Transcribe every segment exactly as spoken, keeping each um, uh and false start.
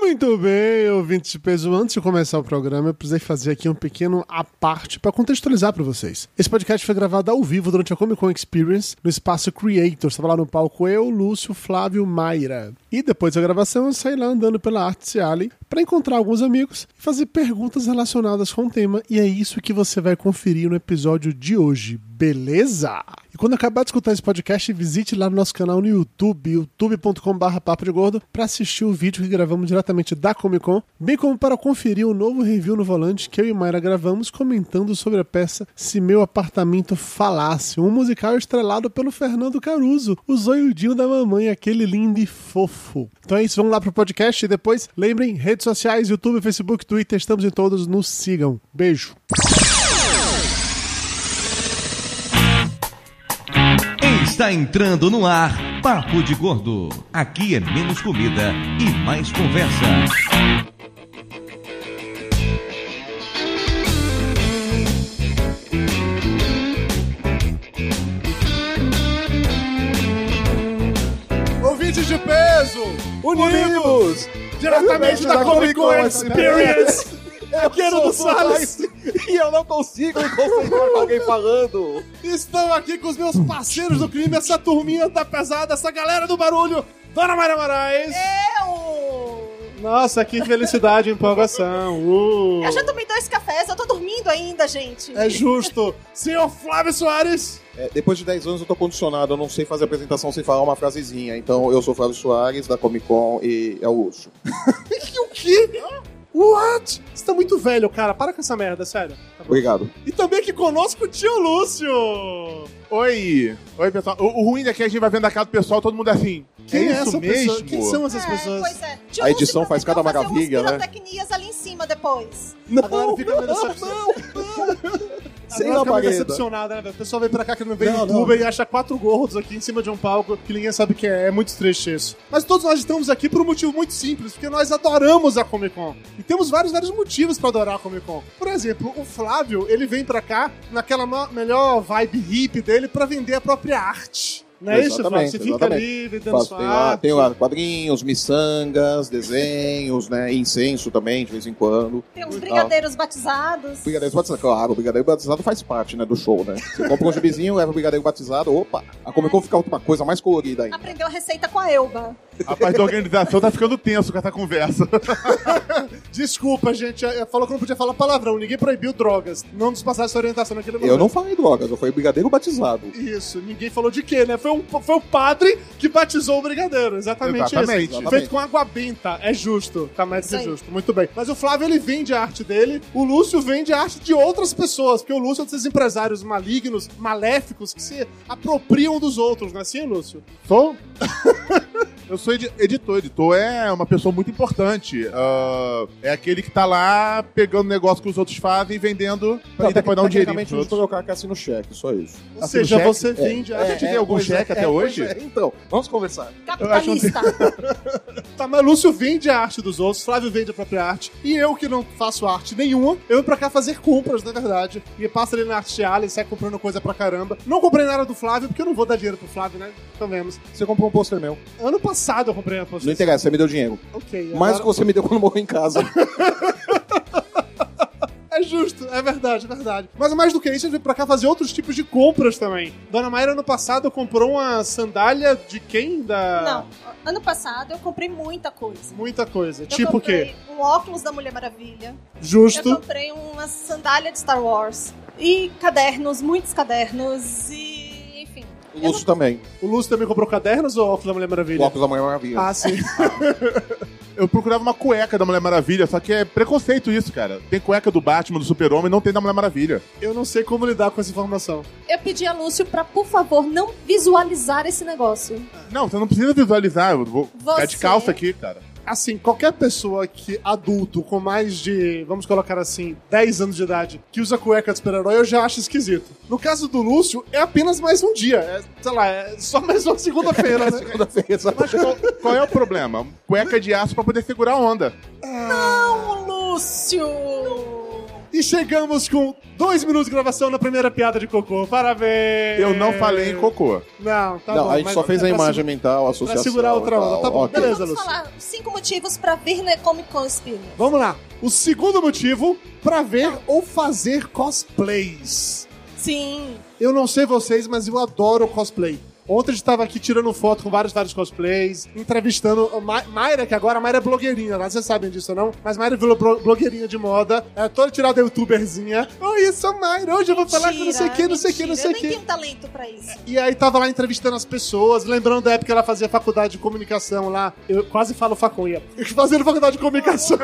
Muito bem, ouvintes de peso. Antes de começar o programa, eu precisei fazer aqui um pequeno à parte para contextualizar para vocês. Esse podcast foi gravado ao vivo durante a Comic Con Experience no espaço Creators. Estava lá no palco eu, Lúcio, Flávio, Mayra. E depois da gravação eu saí lá andando pela Arts Alley para encontrar alguns amigos e fazer perguntas relacionadas com o tema. E é isso que você vai conferir no episódio de hoje, beleza? E quando acabar de escutar esse podcast, visite lá no nosso canal no YouTube, youtube ponto com barra papo de gordo, para assistir o vídeo que gravamos diretamente da Comic Con, bem como para conferir o novo review no Volante que eu e Mayra gravamos comentando sobre a peça Se Meu Apartamento Falasse, um musical estrelado pelo Fernando Caruso, o zoiudinho da mamãe, aquele lindo e fofo. Então é isso, vamos lá pro podcast e depois, lembrem, redes sociais, YouTube, Facebook, Twitter, estamos em todos, nos sigam. Beijo! Está entrando no ar Papo de Gordo. Aqui é menos comida e mais conversa. Ouvintes de peso, unimos diretamente da Comic Con Experience. Eu quero do Salles e eu não consigo me concentrar com alguém falando. Estou aqui com os meus parceiros do crime, essa turminha tá pesada, essa galera do barulho. Dona Mayra Moraes. Eu! Nossa, que felicidade e empolgação. Uh. Eu já tomei dois cafés, eu tô dormindo ainda, gente. É justo. Senhor Flávio Soares. É, depois de dez anos eu tô condicionado, eu não sei fazer apresentação sem falar uma frasezinha. Então eu sou Flávio Soares, da Comic Con, e é o Lúcio. O quê? What? Você tá muito velho, cara. Para com essa merda, sério. Tá Obrigado. E também aqui conosco o tio Lúcio. Oi. Oi, pessoal. O, o ruim daqui é que a gente vai vendo a casa do pessoal, todo mundo é assim. Quem é, é essa isso pessoa? mesmo? Quem são essas É, pessoas? pois é. Tio A edição Lúcio faz cada prometeu fazer maravilha, uns né? pirotecnias ali em cima depois. Não, A galera fica meio decepcionada. Sem Agora fica meio labareda. decepcionada, né, velho? O pessoal vem pra cá que não vem Não, youtuber não. e acha quatro gordos aqui em cima de um palco que ninguém sabe o que é. É muito triste isso. Mas todos nós estamos aqui por um motivo muito simples, porque nós adoramos a Comic Con. E temos vários, vários motivos pra adorar a Comic Con. Por exemplo, o Flávio, ele vem pra cá naquela no- melhor vibe hippie dele pra vender a própria arte. Não é isso, Flávio? Você fica exatamente. ali vendendo Faço- sua tem, lá, arte. tem lá quadrinhos, miçangas, desenhos, né? Incenso também, de vez em quando. Tem uns Tal. brigadeiros batizados. Brigadeiro batizado, claro, o brigadeiro batizado faz parte, né, do show, né? Você compra um gibizinho, leva o brigadeiro batizado, opa, a Comic Con fica uma coisa mais colorida ainda. Aprendeu a receita com a Elba. A parte da organização tá ficando tenso com essa conversa. Desculpa, gente. eh, Falou que não podia falar palavrão. Ninguém proibiu drogas. Não nos passasse essa orientação naquele momento. Eu não falei drogas, eu falei brigadeiro batizado. Isso, ninguém falou de quê, né? Foi, um, foi o padre que batizou o brigadeiro. Exatamente, Exatamente. isso. Exatamente. Feito com água benta. É justo. Tá mais que Isso aí. justo. Muito bem. Mas o Flávio, ele vende a arte dele. O Lúcio vende a arte de outras pessoas. Porque o Lúcio é um desses empresários malignos, maléficos, que se apropriam dos outros, não é assim, Lúcio? Sou? Eu sou edi- editor. Editor é uma pessoa muito importante. Ah, é aquele que tá lá pegando negócio que os outros fazem e vendendo e depois dá um dinheirinho Tecnicamente, pros vamos outros. colocar que assina o cheque, só isso. Ou Assina seja, o cheque? você vende a É, arte te dei algum pois cheque até é, hoje? pois é. Então, vamos conversar. Capitalista. Tá, mas Lúcio vende a arte dos outros, Flávio vende a própria arte, e eu que não faço arte nenhuma, eu venho pra cá fazer compras, na verdade, e passa ali na Arte Alley, sai comprando coisa pra caramba. Não comprei nada do Flávio, porque eu não vou dar dinheiro pro Flávio, né? Então vemos. Você comprou um pôster meu. Ano passado eu comprei a Não postura. interessa, você me deu dinheiro. Ok. Mais agora- do que você me deu quando morreu em casa. É justo, é verdade, é verdade. Mas mais do que isso, eu vim pra cá fazer outros tipos de compras também. Dona Mayra, ano passado, comprou uma sandália de quem? Da... Não, ano passado eu comprei muita coisa. Muita coisa. Eu tipo o quê? comprei um óculos da Mulher Maravilha. Justo. Eu comprei uma sandália de Star Wars. E cadernos, muitos cadernos. E, enfim. O Lúcio também. O Lúcio também comprou cadernos ou óculos da Mulher O Maravilha? óculos da Mulher Maravilha. Ah, sim. Eu procurava uma cueca da Mulher Maravilha, só que é preconceito isso, cara. Tem cueca do Batman, do Super-Homem, não tem da Mulher Maravilha. Eu não sei como lidar com essa informação. Eu pedi a Lúcio pra, por favor, não visualizar esse negócio. Não, você não precisa visualizar, eu vou ficar de Você- calça aqui, cara. Assim, qualquer pessoa que, adulto, com mais de, vamos colocar assim, dez anos de idade, que usa cueca de super-herói, eu já acho esquisito. No caso do Lúcio, é apenas mais um dia. É, sei lá, é só mais uma segunda-feira, né? Segunda-feira, sabe? Mas qual, qual é o problema? Cueca de aço pra poder segurar a onda. Não, Lúcio! E chegamos com dois minutos de gravação na primeira piada de cocô. Parabéns! Eu não falei em cocô. Não, tá não, bom. a gente só fez a imagem mental, a associação. Pra segurar outra onda. Tá bom, okay. beleza, Vamos Lúcio. falar os cinco motivos pra vir na Comic Con Experience. Vamos lá. O segundo motivo pra ver ou fazer cosplays. Sim. Eu não sei vocês, mas eu adoro cosplay. Ontem a gente tava aqui tirando foto com vários, vários cosplays, entrevistando a Ma- Mayra, que agora a Mayra é blogueirinha, né? Vocês sabem disso, não? Mas Mayra virou blo- blogueirinha de moda, é toda tirada youtuberzinha. Oi, eu sou Mayra, hoje eu vou falar com não sei o que, não sei o que, não sei o Eu nem que. tenho talento pra isso. E aí tava lá entrevistando as pessoas, lembrando da época que ela fazia faculdade de comunicação lá. Eu quase falo facunha. Fazendo faculdade de comunicação.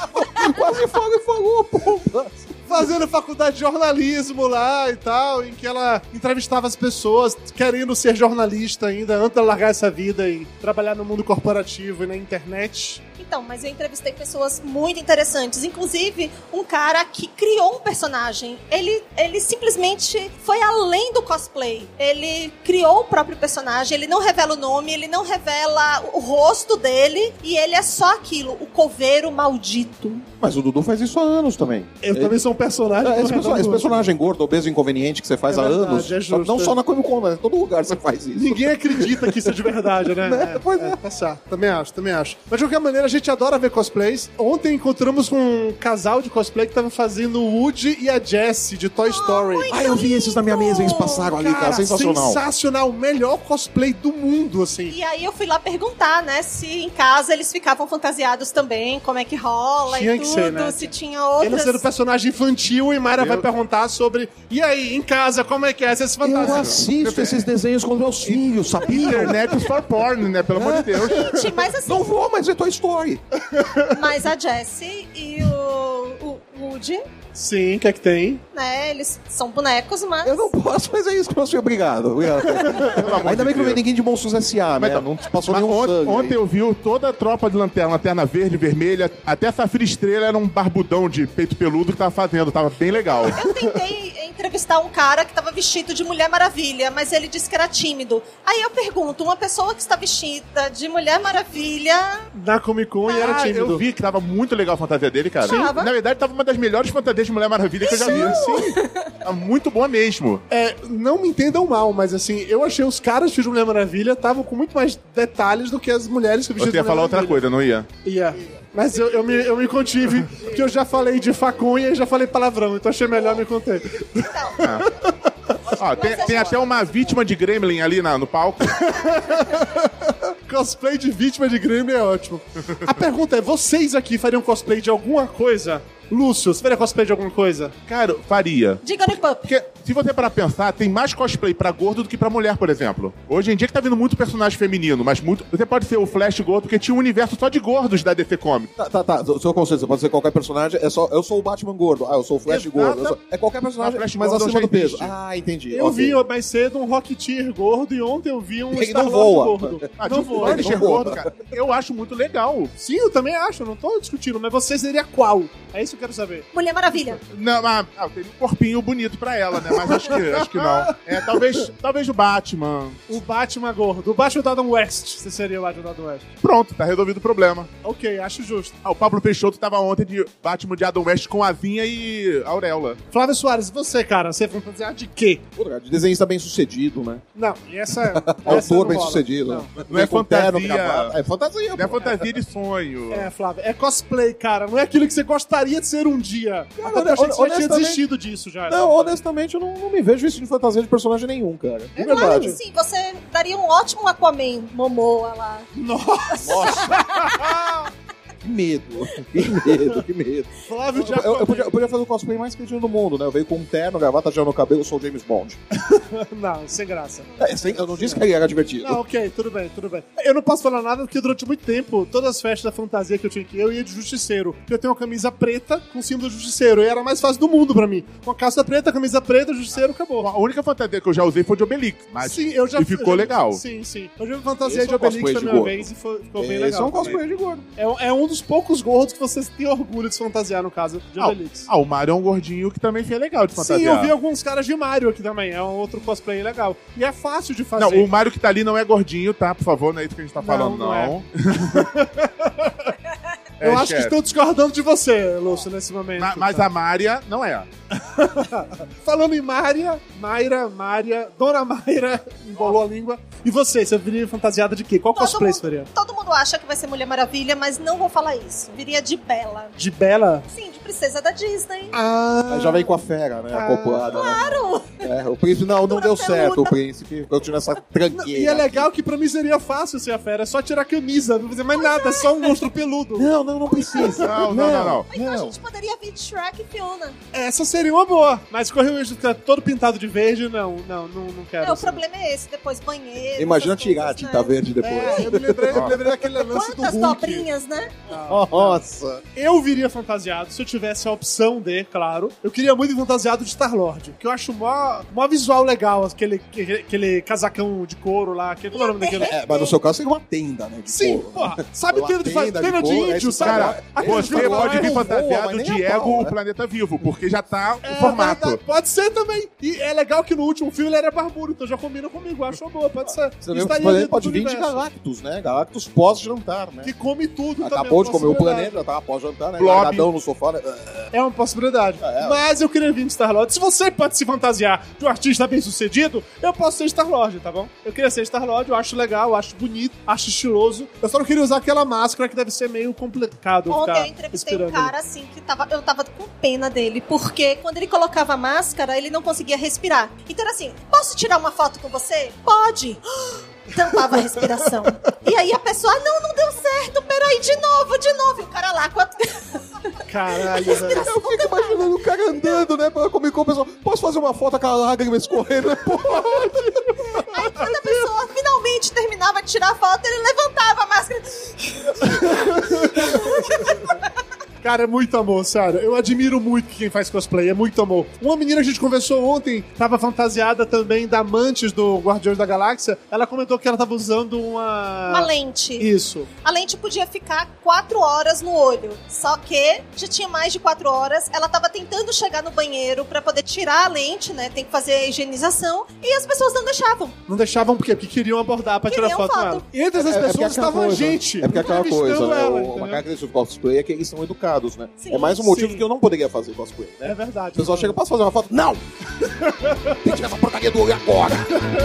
Quase falou e falou, pomba. Fazendo faculdade de jornalismo lá e tal, em que ela entrevistava as pessoas querendo ser jornalista ainda, antes de largar essa vida e trabalhar no mundo corporativo e na internet. Então, mas eu entrevistei pessoas muito interessantes. Inclusive, um cara que criou um personagem. Ele, ele simplesmente foi além do cosplay. Ele criou o próprio personagem, ele não revela o nome, ele não revela o rosto dele, e ele é só aquilo, o coveiro maldito. Mas o Dudu faz isso há anos também. Eu Ele- também sou um personagem. É, que esse, não perso- esse revela o personagem gordo, obeso inconveniente que você faz É há verdade, anos, é justo, não só é. na Comic Con, mas em todo lugar você faz isso. Ninguém acredita que isso é de verdade, né? Né? Pois é. Tá certo. Também acho, também acho. Mas de qualquer maneira, a gente adora ver cosplays. Ontem encontramos com um casal de cosplay que tava fazendo o Woody e a Jessie de Toy Story. Ah, eu vi esses na minha mesa, eles passaram ali, cara, sensacional. Sensacional. O melhor cosplay do mundo, assim. E aí eu fui lá perguntar, né, se em casa eles ficavam fantasiados também, como é que rola Tinha e que tudo, ser, né? se tinha Ele outras... sendo personagem infantil e Mayra Eu- vai perguntar sobre. E aí, em casa, como é que é? Vocês Eu fantasiam? assisto esses desenhos com meus filhos, sabia? Internet for porn, né? Pelo amor de Deus. Gente, mas assim, Não vou, mas é Toy Story. mas a Jessie e o, o Woody, Sim, o que é que tem? né, eles são bonecos, mas... Eu não posso fazer isso com meu filho. Obrigado. Obrigado. Ainda bem que não vem ninguém de Monstros S A, né? Mas tá- Não passou Mas nenhum ont- sangue. ontem eu vi toda a tropa de lanterna, lanterna verde, vermelha, até Safira Estrela era um barbudão de peito peludo que tava fazendo, tava bem legal. Eu tentei entrevistar um cara que tava vestido de Mulher Maravilha, mas ele disse que era tímido. Aí eu pergunto, uma pessoa que está vestida de Mulher Maravilha... Na Comic Con e era Ah, tímido. eu vi que tava muito legal a fantasia dele, cara. Sim. Tava. Na verdade, tava uma das melhores fantasias de Mulher Maravilha que eu já vi. Sim. Tá muito boa mesmo. É, não me entendam mal, mas assim, eu achei os caras de Mulher Maravilha estavam com muito mais detalhes do que as mulheres que vestiam Você ia de falar Mulher outra coisa, não ia? Ia. Mas eu, eu, me, eu me contive, porque eu já falei de faconha e já falei palavrão, então achei melhor me conter. Ó, tem, tem até uma vítima de Gremlin ali na- no palco. Cosplay de vítima de Grêmio é ótimo. A pergunta é, vocês aqui fariam cosplay de alguma coisa? Lúcio, você faria cosplay de alguma coisa? Cara, faria. Diga no Pup. Porque, se você parar pra pensar, tem mais cosplay pra gordo do que pra mulher, por exemplo. Hoje em dia que tá vindo muito personagem feminino, mas muito... Você pode ser o Flash gordo, porque tinha um universo só de gordos da D C Comics. Tá, tá, tá. O seu conceito, você pode ser qualquer personagem. É só, eu sou o Batman gordo. Ah, eu sou o Flash Exato. gordo. Eu sou- é qualquer personagem, Ah, Flash mas gordo acima já do peso. existe. Ah, entendi. Eu Ok. vi mais cedo um Rocketeer gordo e ontem eu vi um Ele Star não Lord voa. gordo. Ah, Não tipo, voa. Punisher não voa. gordo, cara. Eu acho muito legal. Sim, eu também acho, eu não tô discutindo, mas você seria qual? É isso que eu quero saber. Mulher Maravilha. Não, mas ah, tem um corpinho bonito pra ela, né? Mas acho que, acho que não. É, talvez, talvez o Batman. O Batman gordo. O Batman do Adam West. Você seria o Batman do Adam West. Pronto, tá resolvido o problema. Ok, acho justo. Ah, o Pablo Peixoto tava ontem de Batman de Adam West com asinha e auréola. Flávio Soares, você, cara, você foi fantasiar de quê? Pô, cara, de desenhista bem sucedido, né? Não, e essa... essa Autor não bem rola. sucedido. Não. Não é Com terno, fantasia. cavalo. É fantasia, Não é pô. fantasia de sonho. É, Flávio, é cosplay, cara. Não é aquilo que você gostaria de ser um dia. Cara, Até porque eu achei que você já tinha honestamente- desistido disso já. Não, honestamente, eu não, não me vejo vestido de fantasia de personagem nenhum, cara. De Eu acho verdade. que sim, você daria um ótimo Aquaman, Momoa lá. Que medo. Que medo, que medo. Flávio Eu, já... eu- eu podia, eu podia fazer o cosplay mais querido do mundo, né? Eu veio com um terno, gravata, gel no cabelo, eu sou o James Bond. Não, sem graça. É, sem- eu não disse que ele era divertido. Não, ok, tudo bem, tudo bem. Eu não posso falar nada porque durante muito tempo, todas as festas da fantasia que eu tinha aqui, eu ia de justiceiro. Porque eu tenho uma camisa preta com símbolo do justiceiro. E era a mais fácil do mundo pra mim. Uma calça preta, camisa preta, justiceiro, acabou. A única fantasia que eu já usei foi de Obelix. Mas Sim, eu já E ficou eu já- legal. Sim, sim. Eu já fantasiei Esse de é um Obelix cosplay da de minha gordo. vez e foi, ficou bem Esse legal. é um cosplay de gordo. É, é um dos poucos gordos que vocês têm orgulho de se fantasiar, no caso, de Ah, Obelix. ah, o Mario é um gordinho que também foi legal de fantasia. Sim, eu vi alguns caras de Mario aqui também. É um outro cosplay legal. E é fácil de fazer. Não, o Mario que tá ali não é gordinho, tá? Por favor, não é isso que a gente tá falando, Não, não. não É, Eu acho chefe. que estão discordando de você, Lúcio, nesse momento. Ma- Mas tá? a Mária não é. Falando em Mária, Mayra, Mária, Dona Mayra, embolou a língua. E você, você viria fantasiada de quê? Qual Todo cosplay mundo, você faria? todo mundo acha que vai ser Mulher Maravilha, mas não vou falar isso. Viria de Bela. De Bela? Sim, de princesa da Disney. Ah, Aí já vem com a fera, né? Ah, Acoplada. Claro! Né? É, o príncipe não, não Dura deu peluda. certo, o príncipe. Continua essa tranqueira. E é legal que pra mim seria fácil ser a fera. É só tirar a camisa, não fazer mais nada. É só um monstro peludo. Não, não, não precisa. Não, não, não, não. Então a Não. gente poderia vir de Shrek e Fiona. Essa seria uma boa. Mas correr o risco de ficar todo pintado de verde, não, não, não, não quero. É, o assim. problema é esse, depois banheiro. Imagina essas tirar a coisas, tinta né? verde depois. É, eu me lembrei, eu me lembrei daquele lance do Quantas Hulk. dobrinhas, né? Nossa. Eu viria fantasiado, se eu tivesse a opção de, claro. Eu queria muito ir fantasiado de Star-Lord, que eu acho mó, mó visual legal, aquele, aquele, aquele casacão de couro lá. Que, como é o nome daquele? É, mas no seu caso seria uma tenda, né? de Sim, couro, porra. né? Sabe Uma tenda de, fa- tenda tenda de couro, índio, esse sabe? cara- Aquele Você filme pode lá, vir é- voa, fantasiado mas nem de a pau, Ego, o né? Planeta Vivo, porque já tá É, o formato. verdade, pode ser também. E é legal que no último filme ele era barbudo, então já combina comigo. Acho uma boa, pode ser. Você lembra Estaria que dentro pode do vir de universo. Galactus, né? Galactus pós-jantar, né? Que come tudo também. Acabou é de uma comer o possibilidade. planeta, já tava pós-jantar, né? Blob. Largadão no sofá, né? É uma possibilidade. É, é. Mas eu queria vir de Star-Lord. Se você pode se fantasiar de um artista bem sucedido, eu posso ser Star-Lord, tá bom? Eu queria ser Star-Lord, eu acho legal, eu acho bonito, acho estiloso. Eu só não queria usar aquela máscara que deve ser meio complicado. Ontem ficar eu entrevistei um respirando cara assim que tava, eu tava com pena dele, porque quando ele colocava a máscara, ele não conseguia respirar. Então era assim: posso tirar uma foto com você? Pode! Tampava a respiração. E aí a pessoa, ah, não, não deu certo, peraí, de novo, de novo. E o cara lá com a... ali. Caralho, velho. Eu fico imaginando o cara andando, né? Pela Comic Con, o pessoal, posso fazer uma foto com a lágrima escorrendo? Né? Pode! Aí quando a pessoa finalmente terminava de tirar a foto, ele levantava a máscara. Cara, é muito amor, sério. Eu admiro muito quem faz cosplay, é muito amor. Uma menina que a gente conversou ontem, tava fantasiada também da Mantis do Guardiões da Galáxia. Ela comentou que ela tava usando uma... Uma lente. Isso. A lente podia ficar quatro horas no olho. Só que já tinha mais de quatro horas. Ela tava tentando chegar no banheiro pra poder tirar a lente, né? Tem que fazer a higienização. E as pessoas não deixavam. Não deixavam por quê? Porque queriam abordar pra tirar Queriam foto, com foto. ela. E entre essas É- é porque pessoas aquela estava a coisa- gente. É porque aquela coisa, entrevistando né? ela, O- entendeu? uma característica do cosplay é que eles são educados, né? Sim. É mais um motivo Sim. que eu não poderia fazer cosplay, né? É verdade. O pessoal chega, posso fazer uma foto? Não! Tem que tirar essa porcaria do olho agora!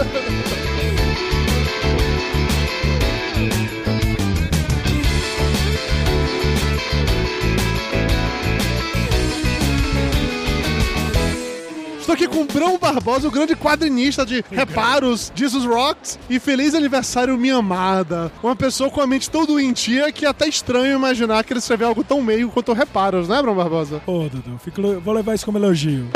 Estou aqui com o Brão Barbosa, o grande quadrinista de reparos, Jesus Rocks, e feliz aniversário, minha amada. Uma pessoa com a mente tão doentia que é até estranho imaginar que ele escreveu algo tão meio quanto reparos, né, Brão Barbosa? Ô, Dudu, fico, vou levar isso como elogio.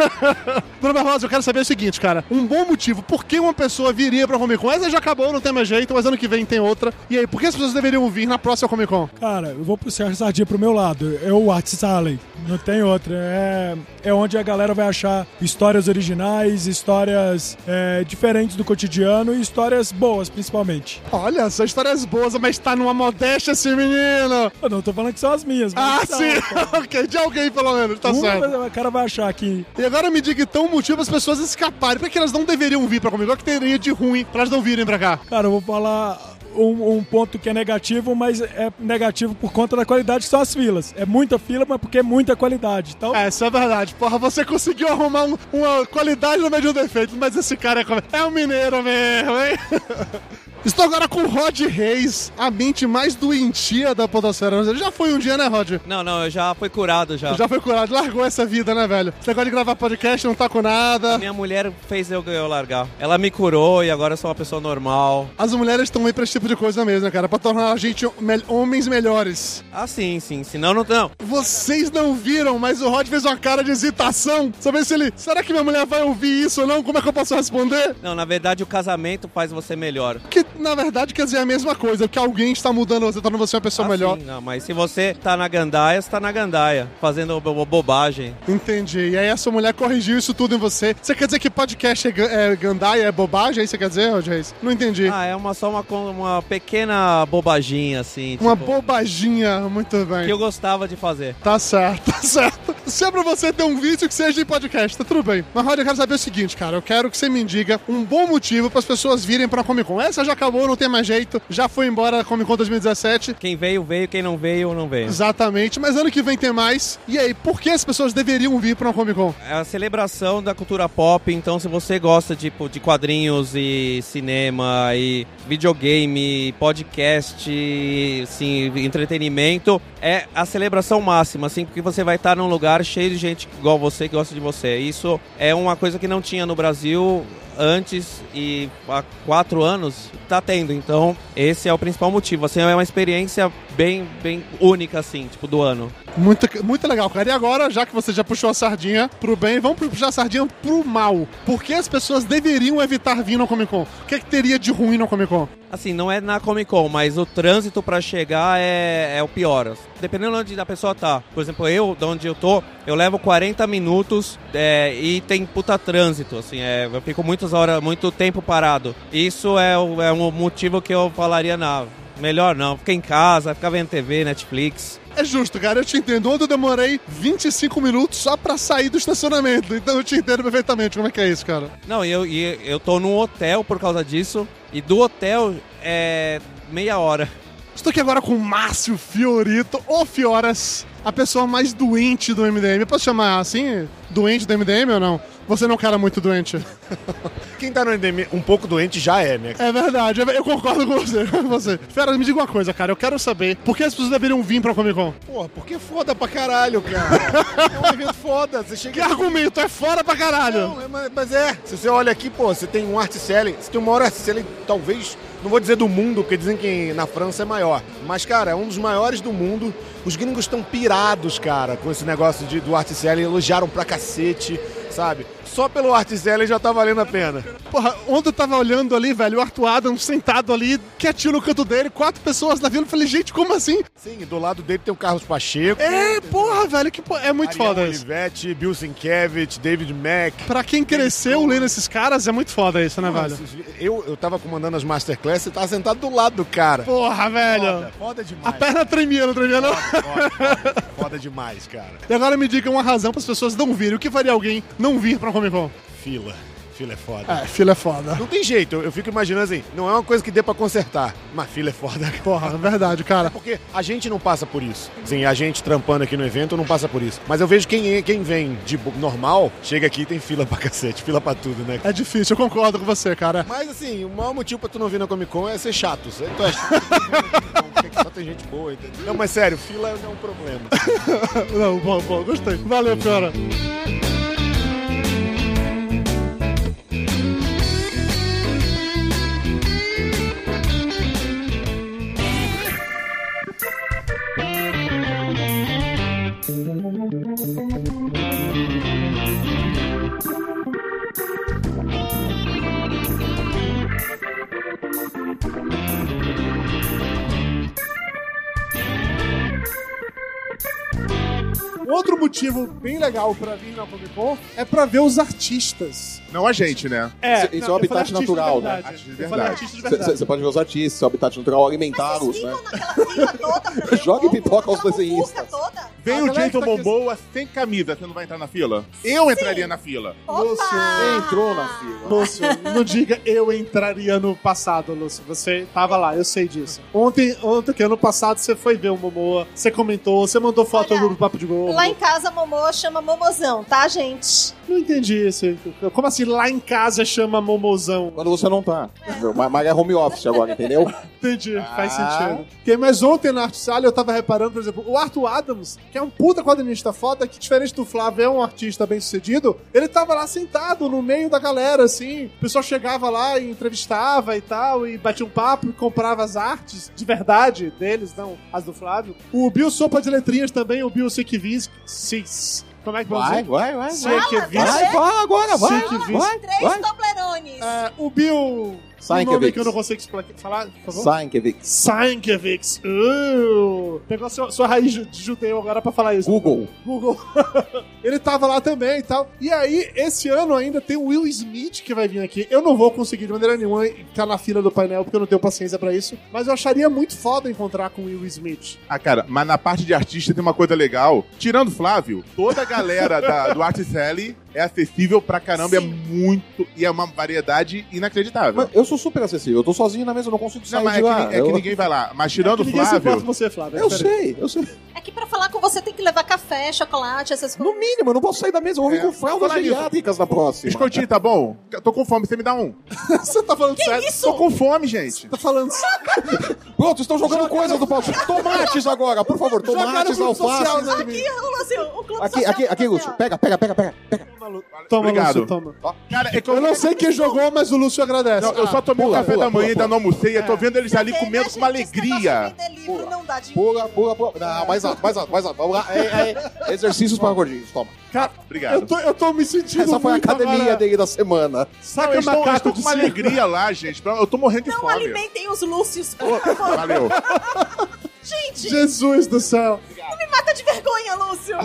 Brão Barbosa, eu quero saber o seguinte, cara. Um bom motivo, por que uma pessoa viria pra Comic Con? Essa já acabou, não tem mais jeito, mas ano que vem tem outra. E aí, por que as pessoas deveriam vir na próxima Comic Con? Cara, eu vou puxar a sardinha pro meu lado. É o Artist Alley. Não tem outra. É, é onde a galera vai achar histórias originais, histórias é, diferentes do cotidiano e histórias boas, principalmente. Olha, são histórias boas, mas tá numa modéstia esse menino. Eu não tô falando que são as minhas, Ah, mas são, sim. cara. Ok, de alguém pelo menos, tá certo. Uma, o cara vai achar que... E agora me diga então o motivo as pessoas escaparem. Por que elas não deveriam vir pra Comic Con? O que teria de ruim pra elas não virem pra cá? Cara, eu vou falar um, um ponto que é negativo, mas é negativo por conta da qualidade que são as filas. É muita fila, mas porque é muita qualidade. Então, É, isso é verdade. Porra, você conseguiu arrumar um- uma qualidade no meio de um defeito, mas esse cara é, como- é um mineiro mesmo, hein? Estou agora com o Rod Reis, a mente mais doentia da podosfera. Ele já foi um dia, né, Rod? Não, não, eu já fui curado já. Já foi curado, largou essa vida, né, velho? Esse negócio de gravar podcast, não tá com nada. Minha mulher fez eu, eu largar. Ela me curou e agora eu sou uma pessoa normal. As mulheres estão aí pra esse tipo de coisa mesmo, né, cara? Pra tornar a gente me- homens melhores. Ah, sim, sim. Senão não... Não. Vocês não viram, mas o Rod fez uma cara de hesitação. Saber se ele... Será que minha mulher vai ouvir isso ou não? Como é que eu posso responder? Não, na verdade o casamento faz você melhor. Que, na verdade, quer dizer a mesma coisa. Que alguém está mudando você, tornando você uma pessoa Ah, melhor. sim, não, mas se você tá na gandaia, você tá na gandaia. Fazendo bo- bobagem. Entendi. E aí a sua mulher corrigiu isso tudo em você. Você quer dizer que podcast é, ga- é gandaia, é bobagem? É isso que você quer dizer, Rod Reis? Não entendi. Ah, é uma, só uma, con- uma pequena bobaginha, assim. Uma tipo, bobaginha. Muito bem. que eu gostava de fazer. Tá certo, tá certo. Se é pra você ter um vídeo que seja em podcast, tá tudo bem. Mas, Rod, eu quero saber o seguinte, cara. Eu quero que você me diga um bom motivo para as pessoas virem pra Comic Con. Essa já acabou, não tem mais jeito. Já foi embora a Comic Con dois mil e dezessete. Quem veio, veio. Quem não veio, não veio. Exatamente. Mas ano que vem tem mais. E aí, por que as pessoas deveriam vir pra uma Comic Con? É a celebração da cultura pop. Então, se você gosta tipo, de quadrinhos e cinema e videogame, podcast, assim, entretenimento, é a celebração máxima, assim, porque você vai estar num lugar cheio de gente igual você, que gosta de você. Isso é uma coisa que não tinha no Brasil antes e há quatro anos tá tendo. Então, esse é o principal motivo. Assim, é uma experiência bem, bem única, assim, tipo, do ano. Muito, muito legal, cara. E agora, já que você já puxou a sardinha pro bem, vamos puxar a sardinha pro mal. Por que as pessoas deveriam evitar vir na Comic Con? O que é que teria de ruim na Comic Con? Assim, não é na Comic Con, mas o trânsito pra chegar é, é o pior. Dependendo de onde a pessoa tá. Por exemplo, eu, de onde eu tô, eu levo quarenta minutos é, e tem puta trânsito, assim, é, eu fico muitas horas, muito tempo parado. Isso é, o, é um motivo que eu falaria, não, melhor não, fica em casa, fica vendo T V, Netflix. É justo, cara, eu te entendo. Ontem eu demorei vinte e cinco minutos só pra sair do estacionamento, então eu te entendo perfeitamente como é que é isso, cara. Não, e eu, e eu tô num hotel por causa disso, e do hotel é meia hora. Estou aqui agora com o Márcio Fiorito, ou Fioras, a pessoa mais doente do M D M. Posso chamar assim, doente do M D M ou não? Você não é um cara muito doente. Quem tá no M D M um pouco doente já é, né? É verdade, eu concordo com você. Com você. Fera, me diga uma coisa, cara. Eu quero saber por que as pessoas deveriam vir pra Comic Con? Porra, porque é foda pra caralho, cara. É um evento foda. Você chega que aqui... argumento? É foda pra caralho. Não, é, mas, mas é. Se você olha aqui, pô, você tem um art selling. Você tem o maior art selling, talvez... Não vou dizer do mundo, porque dizem que na França é maior. Mas, cara, é um dos maiores do mundo. Os gringos estão pirados, cara, com esse negócio de, do art selling. Elogiaram pra cacete, sabe? Só pelo art selling já tá valendo a pena. Porra, ontem eu tava olhando ali, velho, o Arthur Adams sentado ali, quietinho no canto dele, quatro pessoas na vila. Eu falei, gente, como assim? Sim, do lado dele tem o Carlos Pacheco. É, porra, velho, que porra, é muito Ariel foda isso. Olivetti, Bill Sienkiewicz, David Mack. Pra quem cresceu lendo esses caras, é muito foda isso, né, Porra, velho? Eu, eu tava comandando as masterclasses e tava sentado do lado do cara. Porra, velho. Foda, foda demais. A perna tremia, não tremia, não? Foda, foda, foda, foda demais, cara. E agora me diga uma razão para as pessoas não virem. O que faria alguém não vir pra Comic Con? Fila. Fila é foda. É, fila é foda. Não tem jeito, eu, eu fico imaginando assim, não é uma coisa que dê pra consertar, mas fila é foda. Porra, é verdade, cara. É porque a gente não passa por isso. Sim, a gente trampando aqui no evento não passa por isso. Mas eu vejo quem, quem vem de normal, chega aqui e tem fila pra cacete, fila pra tudo, né? É difícil, eu concordo com você, cara. Mas assim, o maior motivo pra tu não vir na Comic Con é ser chato. Você tu é chato, porque só tem gente boa, entendeu? Não, mas sério, fila é um problema. Não, bom, bom, gostei. Valeu, Fiora. Outro motivo bem legal pra vir na Comic Con é pra ver os artistas. Não a gente, né? É, Isso, isso é um habitat natural, né? Artista de Eu falei verdade. artista de verdade. Você pode ver os artistas, seu habitat natural, alimentá-los, né? Naquela fila toda pra ver o Jogue povo, pipoca aos aquela desenhistas. muvuca toda. Vem A o galera Jason que tá aqui- Momoa sem camisa, você não vai entrar na fila? Eu entraria na fila. Lúcio, Entrou na fila. Lúcio, não diga eu entraria no passado, Lúcio. Você tava lá, eu sei disso. Ontem, ontem que ano passado, você foi ver o Momoa, você comentou, você mandou foto Olha, no Papo de Gordo. Lá em casa, Momô chama Momozão, tá, gente? Não entendi isso. Como assim, lá em casa chama Momozão? Quando você não tá. Mas mas é home office agora, entendeu? Entendi, faz Ah. sentido. Okay, mas ontem na Art Sala eu tava reparando, por exemplo, o Arthur Adams, que é um puta quadrinista foda, que diferente do Flávio é um artista bem sucedido, ele tava lá sentado no meio da galera, assim, o pessoal chegava lá e entrevistava e tal, e batia um papo e comprava as artes de verdade deles, não as do Flávio. O Bill Sopa de Letrinhas também, o Bill Sienkiewicz, Cis. Como é que vai Vai, dizer? vai, vai. Sienkiewicz. Vai, fala agora, vai. Sienkiewicz. Vai, Três vai. Toblerones. É, o Bill Um nome que eu não consigo explicar, falar, por favor. Sienkiewicz. Sienkiewicz. Uh, pegou a sua, sua raiz de judeu agora pra falar isso. Google. Google. Ele tava lá também e tal. E aí, esse ano ainda tem o Will Smith que vai vir aqui. Eu não vou conseguir de maneira nenhuma ficar na fila do painel porque eu não tenho paciência pra isso. Mas eu acharia muito foda encontrar com o Will Smith. Ah, cara, mas na parte de artista tem uma coisa legal. Tirando o Flávio, toda a galera da, do Art Alley é acessível pra caramba. Sim. É muito... E é uma variedade inacreditável. Mas eu sou super acessível. Eu tô sozinho na mesa, eu não consigo sair não, mas de é lá. Que, é eu... que ninguém vai lá. Mas tirando é o Flávio... Flávio... Ninguém se importa com você, Flávio. Eu sei, eu sei. É que pra falar com você tem que levar café, chocolate, essas coisas. No mínimo, eu não posso sair da mesa. Eu vou vir É, com fraldas geriátricas na próxima. Escotinho, tá bom? Tô com fome, você me dá um. Você tá falando Que sério? isso? Tô com fome, gente. Tá falando Pronto, estão jogando coisas do palco. Tomates agora, por favor. Tomates, alface. Social, né, Aqui, Lúcio, o clube Aqui, social aqui, tá aqui, fazendo. Lúcio. Pega, pega, pega, pega. pega. Toma, Obrigado. Lúcio, toma. Cara, é que eu, Eu não sei quem jogou, mas o Lúcio agradece. Não, eu só tomei pula, o café pula, da manhã e pula, ainda não almocei. Eu tô vendo eles ali Porque, comendo né, com uma gente, esse negócio alegria. de vender livro não dá dinheiro. Pula, pula, pula. Não, mais alto, mais alto, mais alto. Vamos lá. É, é, exercícios para gordinhos, toma. Cara, Obrigado. eu tô, eu tô me sentindo Essa foi a muito academia agora. dele da semana. Saca Eu estou, eu macaco estou de com uma circo. alegria lá, gente. Eu tô morrendo de Não fome. alimentem os Lúcios, por favor. Valeu. Gente, Jesus do céu. não me mata de vergonha, Lúcio.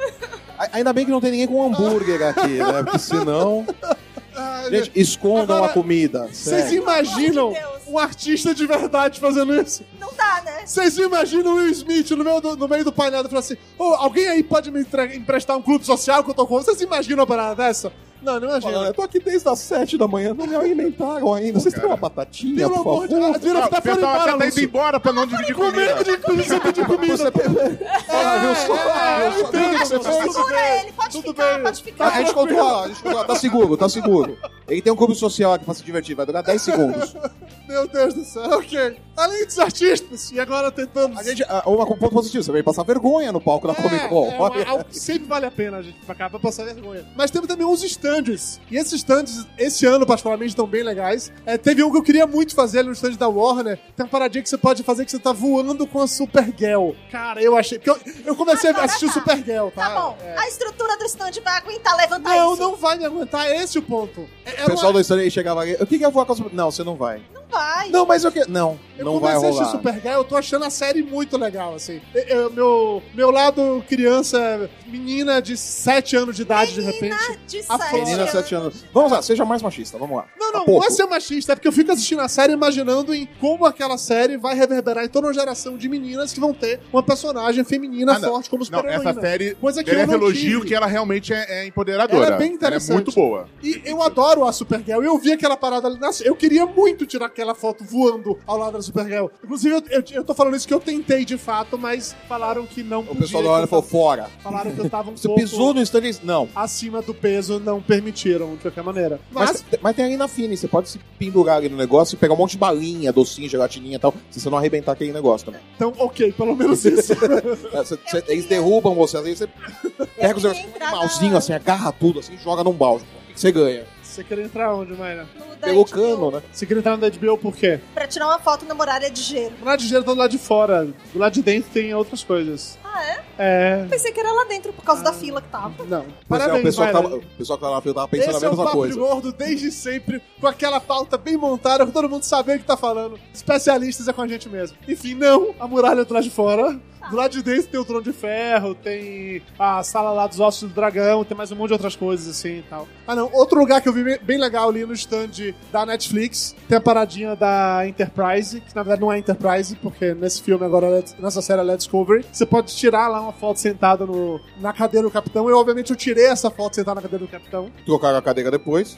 A- Ainda bem que não tem ninguém com hambúrguer aqui, né? Porque senão... Ah, Gente, escondam Agora, a comida. Vocês sério. imaginam Pelo amor de Deus. um artista de verdade fazendo isso? Não dá, né? Vocês imaginam o Will Smith no meio do, no meio do painel e falar assim: ô, alguém aí pode me entre- emprestar um clube social que eu tô com? Vocês imaginam uma parada dessa? Não, não imagino. Olha, eu tô aqui desde as sete da manhã, não me alimentaram ainda. Vocês têm uma batatinha, Pelo por amor de favor? Deus, vira que tá O pessoal fora até embora, tá indo Lúcio. embora pra não dividir Com medo comida. de você pedir comida. Você... Ah, viu só? É, Viu só? eu entendo, Viu que você mas fez? tudo Segura bem. ele, pode Tudo ficar, bem. pode A ficar. gente controla, a gente controla. Tá seguro, tá seguro. Ele tem um clube social aqui pra se divertir, vai durar dez segundos. Meu Deus do céu, ok. Além dos artistas, e agora tentando. A gente, ah, uma com ponto positivo, você vai passar vergonha no palco da Comic Con. É, é uma- algo que sempre vale a pena a gente pra cá, pra passar vergonha. Mas temos também uns stands. E esses stands, esse ano particularmente, estão bem legais. É, teve um que eu queria muito fazer ali no stand da Warner. Tem uma paradinha que você pode fazer que você tá voando com a Supergirl. Cara, eu achei... Porque eu, eu comecei a assistir o Supergirl, tá? Tá bom, É. a estrutura do stand vai aguentar levantar Não, isso? não vai me aguentar, é esse o ponto. É, O era pessoal uma- do stand aí chegava aqui, o que que eu vou com a Super... Não, você não vai. Não vai. Não, mas eu que... Não, Eu não vai comecei a assistir rolar. Supergirl, eu tô achando a série muito legal, assim. Eu- eu- meu, meu lado criança, menina de sete anos de idade, de repente. de a sete Menina, anos. sete anos. Vamos lá, seja mais machista, vamos lá. Não, Tá não, pouco. não é ser machista, é porque eu fico assistindo a série imaginando em como aquela série vai reverberar em toda uma geração de meninas que vão ter uma personagem feminina Ah, não. forte como Não, super-heroína. essa série Coisa que eu merece não elogio tive. que ela realmente é, é empoderadora. Ela é bem interessante. Ela é muito boa. E eu adoro a Supergirl. Eu vi aquela parada ali. Nossa, eu queria muito tirar aquela foto voando ao lado da Supergirl. Inclusive, eu, eu, eu tô falando isso que eu tentei de fato, mas falaram que não O podia. pessoal da que hora eu falou, tava- fora. Falaram que eu tava um Você pouco pisou no stand e... Não. acima do peso, não permitiram, de qualquer maneira. Mas, Mas, mas tem ali na Fini, você pode se pendurar ali no negócio e pegar um monte de balinha, docinho, gelatininha e tal, se você não arrebentar aquele negócio também. então, ok, pelo menos isso. É, você- você- eles derrubam você, às vezes você pega os queria negócios, entrar um malzinho na- assim, agarra tudo assim, joga num balde. O que você ganha? Você queria entrar onde, Mayra? No da Pelo H B O, cano, né? Você queria entrar no H B O por quê? Pra tirar uma foto na muralha de gelo. Do lado de gelo tá do lado de fora. Do lado de dentro tem outras coisas. Ah, é? É. Pensei que era lá dentro por causa da fila que tava. Não. Pois é, Parabéns, o pessoal, que Mayra. tava, o pessoal que tava na fila tava pensando Esse a é o mesma Papo coisa. de Gordo desde sempre, com aquela pauta bem montada, com todo mundo sabendo o que tá falando. Especialistas é com a gente mesmo. Enfim, não, a muralha do lado de fora. Do lado de dentro tem o Trono de Ferro, tem a sala lá dos Ossos do Dragão, tem mais um monte de outras coisas assim e tal. Ah não, outro lugar que eu vi bem- bem legal ali no stand da Netflix, tem a paradinha da Enterprise, que na verdade não é Enterprise, porque nesse filme agora, ela é- nessa série ela é Discovery. Você pode tirar lá uma foto sentada no, na cadeira do capitão, e obviamente eu tirei essa foto sentada na cadeira do capitão. Trocaram a cadeira depois.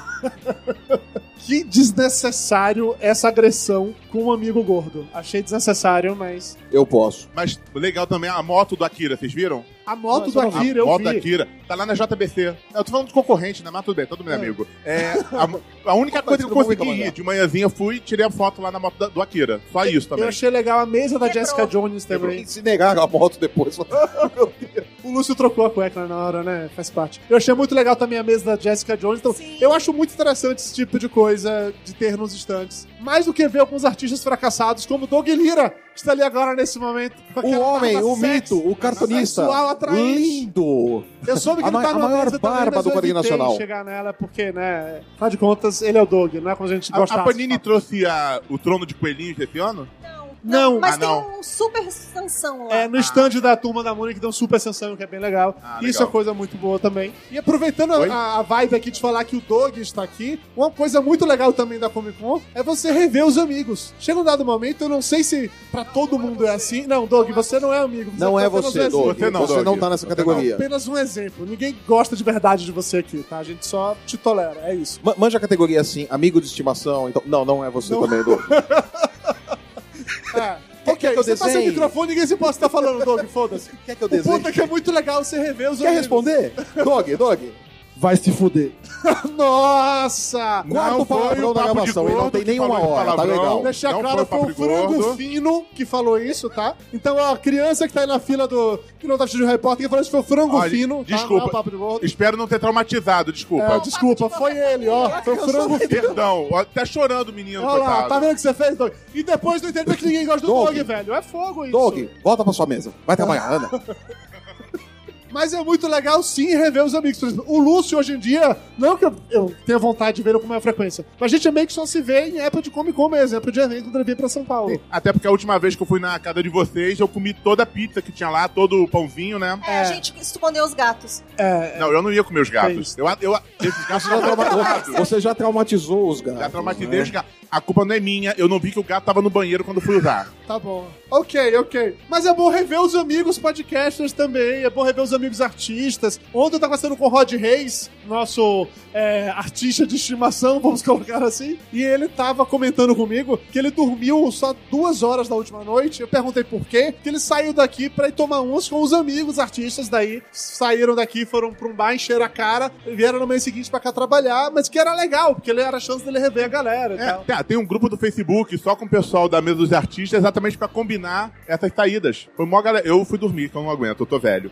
Que desnecessário essa agressão com um amigo gordo. Achei desnecessário, mas Eu posso. Mas legal também a moto do Akira, vocês viram? a moto Mas do eu não vi. Akira a eu moto vi. da Akira tá lá na J B C. Eu tô falando de concorrente, né? Mas tudo bem, todo mundo é amigo. É, a, a única coisa que eu consegui ir, de manhãzinha, eu fui e tirei a foto lá na moto da- do Akira. Só isso também. Eu achei legal a mesa da Quebrou. Jessica Jones também. Se negaram a moto depois. Oh, meu Deus. O Lúcio trocou a cueca na hora, né? Faz parte. Eu achei muito legal também a mesa da Jessica Jones. Então, Sim. eu acho muito interessante esse tipo de coisa de ter nos estantes. Mais do que ver alguns artistas fracassados, como Doug Lira, que está ali agora nesse momento. com O aquela homem, barba o sexy, mito, o cartunista. sexual, atraente. Lindo. Eu soube que A ele ma- tá a numa maior mesa também, barba mas do eu quadrinho evitei nacional. chegar nela, porque, né, afinal de contas, ele é o Doug, não é como a gente A, gosta. a Panini trouxe a, o Trono de Coelhinhos esse ano? Não. Mas Ah, tem não. um super sanção lá. É, no stand da Turma da Mônica deu um super ascensão, que é bem legal. Ah, Isso legal. é coisa muito boa também. E aproveitando Oi? a, a vibe aqui de falar que o Doug está aqui, uma coisa muito legal também da Comic Con é você rever os amigos. Chega um dado momento, eu não sei se pra todo mundo é assim. Não, Doug, você não é amigo. Você Não tá é apenas você, um exemplo. Doug. Você não, Você Doug. não tá nessa Você categoria. Apenas um exemplo. Ninguém gosta de verdade de você aqui, tá? A gente só te tolera, é isso. Ma- Manja a categoria assim, amigo de estimação. Então, não, não é você também, Doug. É. Quer Ok, que eu você tá sem desenhe? microfone, ninguém se pode estar falando, Doug, foda-se. Quer que eu O ponto desenhe? é que é muito legal você rever os Quer amigos. responder? Doug, Doug. Vai se fuder. Nossa! Quarto Não foi palavrão o da Papo de gravação, ele não Gordo tem que nenhuma falou de hora, tá palavrão. legal. Deixar Não claro, foi o foi o Papo de Frango Gordo. Fino que falou isso, tá? Então, ó, a criança que tá aí na fila do... que não tá assistindo o repórter, que falou isso foi o Frango Olha, Fino, tá? desculpa. Não é o Papo de Gordo. Espero não ter traumatizado, desculpa. É, desculpa, foi ele, ó. Foi o Frango Fino. Perdão, ó, tá chorando o menino, Olha lá, coitado. tá vendo o que você fez, Doug? E depois não entende que ninguém gosta do Doug. Doug, velho. É fogo isso. Doug, volta pra sua mesa. Vai trabalhar, Ana. Mas é muito legal, sim, rever os amigos. Por exemplo, o Lúcio, hoje em dia, não que eu, eu tenha vontade de ver ele com maior frequência, mas a gente meio que só se vê em época de Comic Con mesmo, época de evento, quando ele vem pra São Paulo. Até porque a última vez que eu fui na casa de vocês, eu comi toda a pizza que tinha lá, todo o pãozinho, né? É, a gente escondeu os gatos. É, Não, eu não ia comer os É gatos. isso. Eu, eu, esses gatos Você já, estavam trauma- errados. Você já traumatizou os gatos. Já traumatizei né? os gatos. A culpa não é minha, eu não vi que o gato tava no banheiro quando fui usar. tá bom. Ok, ok. Mas é bom rever os amigos podcasters também, é bom rever os amigos artistas. Ontem eu tava conversando com o Rod Reis, nosso é, artista de estimação, vamos colocar assim, e ele tava comentando comigo que ele dormiu só duas horas na última noite. Eu perguntei por quê, que ele saiu daqui pra ir tomar uns com os amigos artistas daí, saíram daqui, foram pra um bar, encheram a cara, vieram no mês seguinte pra cá trabalhar, mas que era legal, porque ele era a chance dele rever a galera e É, tal. tá, tem um grupo do Facebook só com o pessoal da mesa dos artistas exatamente pra combinar essas saídas. Foi mó galera. Eu fui dormir, que eu não aguento, eu tô velho.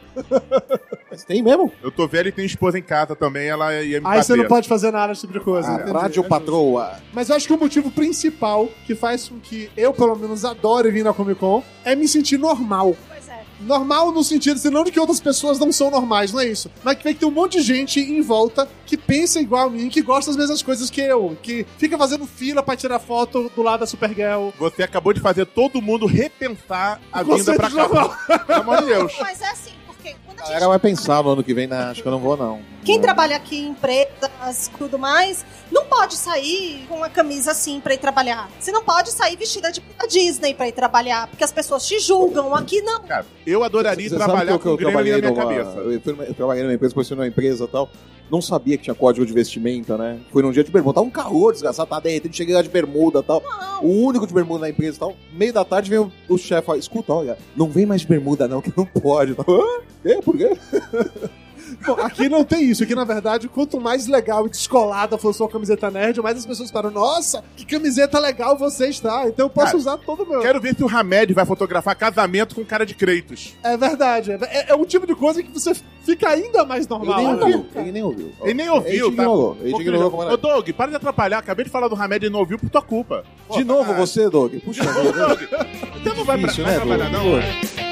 Mas tem mesmo? Eu tô velho e tenho esposa em casa também, ela ia me Aí você bater. não pode fazer nada desse tipo de coisa. A entendi. rádio patroa. Mas eu acho que o motivo principal que faz com que eu, pelo menos, adore vir na Comic Con é me sentir normal. Pois é. Normal no sentido, assim, não de que outras pessoas não são normais, não é isso. Mas que vem que tem um monte de gente em volta que pensa igual a mim, que gosta das mesmas coisas que eu, que fica fazendo fila pra tirar foto do lado da Supergirl. Você acabou de fazer todo mundo repensar a O vinda conceito pra de cá. normal. Pelo amor de Deus. Mas é assim, porque quando a A gente galera vai pensar no ano que vem, né? Acho que eu não vou, não. Quem Não. trabalha aqui em empresas e tudo mais, não pode sair com uma camisa assim pra ir trabalhar. Você não pode sair vestida de Disney pra ir trabalhar, porque as pessoas te julgam. Aqui não. Cara, eu adoraria Você trabalhar sabe que com eu, o que eu Grêmio na trabalhei minha numa, cabeça. eu, fui numa- eu trabalhei numa empresa, depois fui numa empresa e tal. Não sabia que tinha código de vestimenta, né? Fui num dia de bermuda. Tava um calor desgraçado, tá derretendo. Cheguei lá de bermuda e tal. Não. O único de bermuda na empresa e tal. Meio da tarde vem o, o chefe fala, escuta, olha, não vem mais de bermuda não, que não pode. Eu falo, Hã? É, por quê? Bom, aqui não tem isso. Aqui, na verdade, quanto mais legal e descolada for sua camiseta nerd, mais as pessoas falam, nossa, que camiseta legal você está. Então eu posso Cara, usar todo o meu. Quero ver se o Hamed vai fotografar casamento com cara de Kratos. É verdade. É, é um tipo de coisa que você fica ainda mais Ele normal. nem né? ouviu. Ele nem ouviu. Ele nem ouviu, Ele te tá? ignorou. Ele te ignorou como Ô, era. Doug, para de atrapalhar. Acabei de falar do Hamed e não ouviu por tua culpa. Pô, De novo caralho. você, Doug. Puxa vida. Doug, você não vai, pra, Difícil, vai né, trabalhar, Doug? não?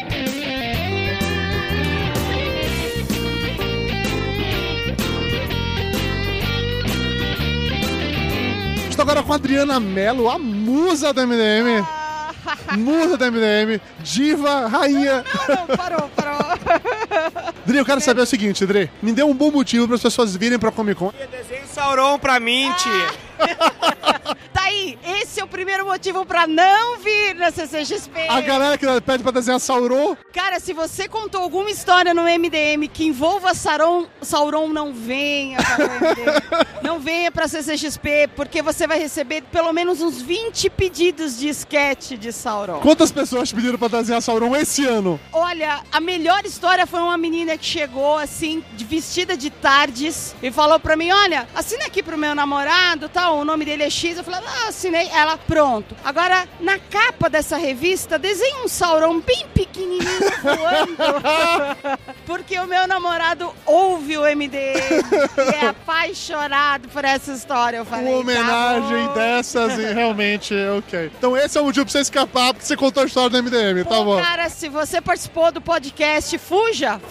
Estou agora com a Adriana Mello, a musa da M D M. Musa da M D M, diva, rainha. Não, parou, parou. Dri, eu quero saber o seguinte, Dri. Me dê um bom motivo para as pessoas virem pra Comic Con. Desenho Sauron pra mim, tia. Tá aí, esse é o primeiro motivo pra não vir na C C X P. A galera que pede pra desenhar Sauron. Cara, se você contou alguma história no M D M que envolva Sauron, Sauron não venha para o M D M. Não venha pra C C X P, porque você vai receber pelo menos uns vinte pedidos de sketch de Sauron. Quantas pessoas pediram pra desenhar Sauron esse ano? Olha, a melhor história foi uma menina que chegou, assim, de- vestida de tardes e falou pra mim, olha, assina aqui pro meu namorado, tal, o nome dele é X. Eu falei, ah, assinei. Ela, pronto. Agora, na capa dessa revista, desenha um Sauron bem pequenininho voando. Porque o meu namorado ouve o M D M e é apaixonado por essa história. Eu falei, Uma homenagem tá dessas e realmente, ok. Então esse é o motivo pra você escapar, porque você contou a história do M D M, Pô, tá bom? Cara, se você participou do podcast, fuja!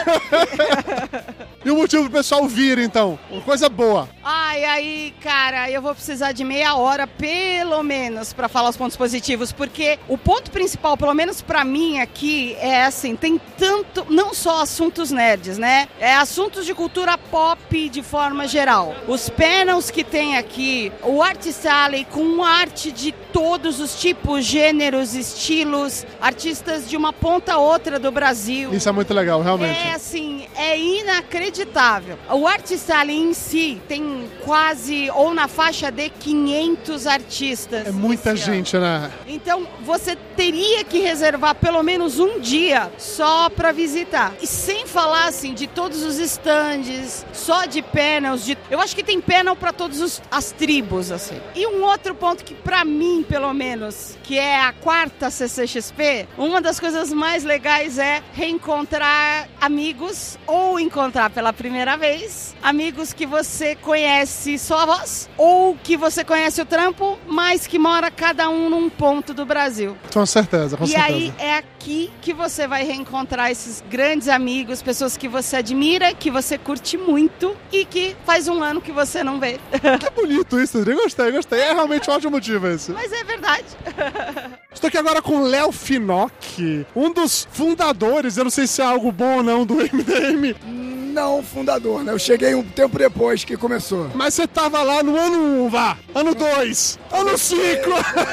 Fuja! E o motivo pro pessoal vir, então? Uma coisa boa. Ai, aí, cara, eu vou precisar de meia hora, pelo menos, pra falar os pontos positivos, porque o ponto principal, pelo menos pra mim aqui, é assim, tem tanto, não só assuntos nerds, né? É assuntos de cultura pop de forma geral. Os panels que tem aqui, o Artist Alley com arte de todos os tipos, gêneros, estilos, artistas de uma ponta a outra do Brasil. Isso é muito legal, realmente. É assim, é inacreditável. O Artist Alley em si tem quase, ou na faixa de quinhentos artistas. É muita gente, né? Então, você teria que reservar pelo menos um dia só pra visitar. E sem falar, assim, de todos os stands, só de panels, de... eu acho que tem panel pra todas as tribos, assim. E um outro ponto que pra mim, pelo menos, que é a quarta C C X P, uma das coisas mais legais é reencontrar amigos ou encontrar pela primeira vez amigos que você conhece só a voz ou que você conhece o trampo, mas que mora cada um num ponto do Brasil. Com certeza, com e certeza. E aí é aqui que você vai reencontrar esses grandes amigos, pessoas que você admira, que você curte muito e que faz um ano que você não vê. Que bonito isso, André. Gostei, gostei. É realmente um ótimo motivo esse. Mas é verdade. Estou aqui agora com o Léo Finock, um dos fundadores, eu não sei se é algo bom ou não, do M D M. Não, fundador, né? Eu cheguei um tempo depois que começou. Mas você tava lá no ano um, vá. Ano dois. Ano cinco.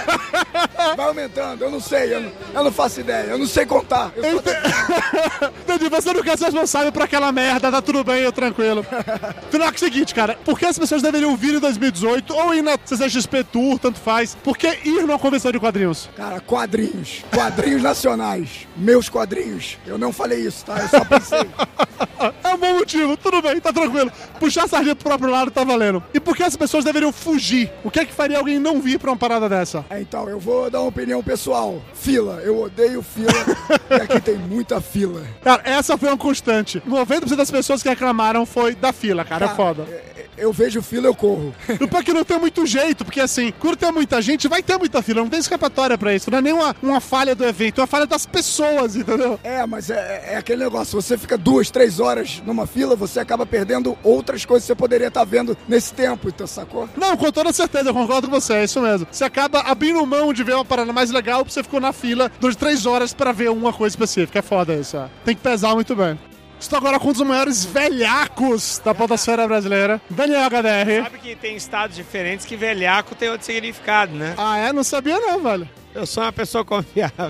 Vai aumentando, eu não sei, eu não, eu não faço ideia, eu não sei contar. Eu só... Entendi, você não quer ser responsável por aquela merda, tá tudo bem, eu tranquilo. Finock, é o seguinte, cara, por que as pessoas deveriam vir em dois mil e dezoito ou ir na C C X P Tour, tanto faz? Por que ir numa convenção de quadrinhos? Cara, quadrinhos. Quadrinhos nacionais. Meus quadrinhos. Eu não falei isso, tá? Eu só pensei. É um bom motivo, tudo bem, tá tranquilo. Puxar a sardinha pro próprio lado tá valendo. E por que as pessoas deveriam fugir? O que é que faria alguém não vir pra uma parada dessa? É, então, eu vou dar uma opinião pessoal. Fila, eu odeio fila. E aqui tem muita fila. Cara, essa foi uma constante. noventa por cento das pessoas que reclamaram foi da fila, cara, cara é foda. É... Eu vejo fila, eu corro. E porque não tem muito jeito, porque assim, quando tem muita gente, vai ter muita fila, não tem escapatória pra isso. Não é nem uma, uma falha do evento, é uma falha das pessoas, entendeu? É, mas é, é aquele negócio, você fica duas, três horas numa fila, você acaba perdendo outras coisas que você poderia estar vendo nesse tempo, então, sacou? Não, com toda certeza, eu concordo com você, é isso mesmo. Você acaba abrindo mão de ver uma parada mais legal, porque você ficou na fila durante três horas pra ver uma coisa específica. É foda isso, ó. Tem que pesar muito bem. Estou agora com um dos maiores velhacos da podosfera brasileira, Daniel H D R. Sabe que tem estados diferentes que velhaco tem outro significado, né? Ah, é? Não sabia não, velho. Eu sou uma pessoa confiável.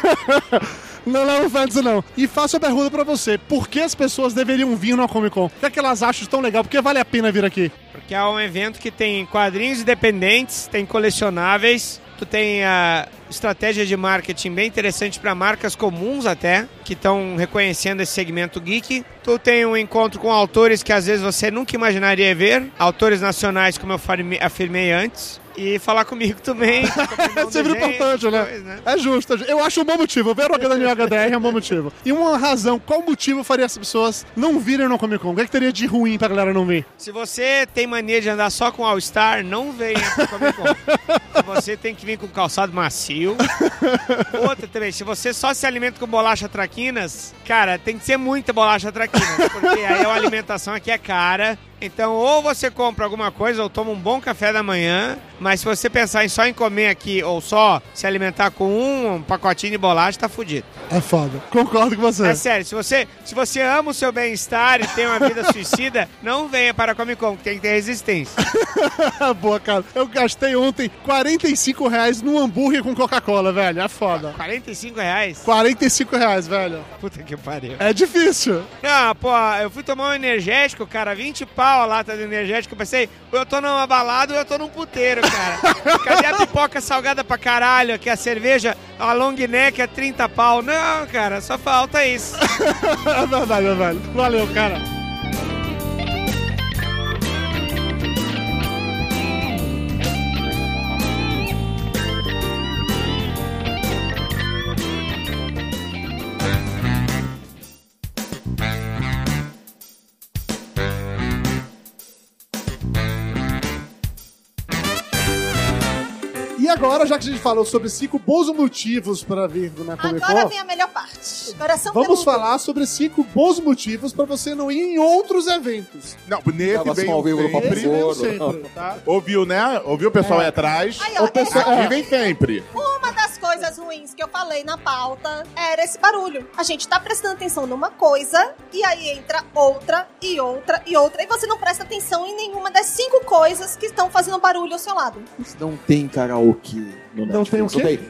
Não levo fé disso não. E faço a pergunta pra você, por que as pessoas deveriam vir numa Comic Con? O que é que elas acham tão legal? Por que vale a pena vir aqui? Porque é um evento que tem quadrinhos independentes, tem colecionáveis, tu tem a estratégia de marketing bem interessante para marcas comuns até, que estão reconhecendo esse segmento geek. Tu tem um encontro com autores que às vezes você nunca imaginaria ver, autores nacionais, como eu afirmei antes. E falar comigo também. É sempre importante, né? Coisa, né? É justo. Eu acho um bom motivo. Ver o Daniel H D R é um bom motivo. E uma razão, qual motivo faria as pessoas não virem no Comic Con? O que, é que teria de ruim pra galera não vir? Se você tem mania de andar só com All-Star, não venha pro Comic Con. Você tem que vir com calçado macio. Outra também, se você só se alimenta com bolacha traquinas, cara, tem que ser muita bolacha traquinas, porque aí a alimentação aqui é cara. Então, ou você compra alguma coisa ou toma um bom café da manhã, mas se você pensar em só em comer aqui ou só se alimentar com um, um pacotinho de bolacha, tá fudido. É foda. Concordo com você. É sério, se você, se você ama o seu bem-estar e tem uma vida suicida, não venha para a Comic Con, que tem que ter resistência. Boa, cara. Eu gastei ontem quarenta e cinco reais num hambúrguer com Coca-Cola, velho. É foda. quarenta e cinco reais? quarenta e cinco reais, velho. Puta que pariu. É difícil. Não, pô, eu fui tomar um energético, cara, vinte pau a lata de energético. Eu pensei, ou eu tô numa balada ou eu tô num puteiro, cara. Cadê a pipoca salgada pra caralho? Que a cerveja, a long neck é trinta pau. Não, cara, só falta isso. É verdade, meu velho. Valeu, cara. agora, já que a gente falou sobre cinco bons motivos para vir na Comic Con... Agora vem a melhor parte. Coração Vamos peludo. falar sobre cinco bons motivos para você não ir em outros eventos. Não, nesse Gravação vem ao vivo no Papo Esse veio Gordo. sempre, tá? Ouviu, né? Ouviu o pessoal É. aí atrás? Aí, ó, O pessoal- Aqui é. vem sempre. Uma das coisas ruins que eu falei na pauta era esse barulho. A gente tá prestando atenção numa coisa, e aí entra outra, e outra, e outra, e você não presta atenção em nenhuma das cinco coisas que estão fazendo barulho ao seu lado. Não tem karaokê no Não tem o Netflix, quê?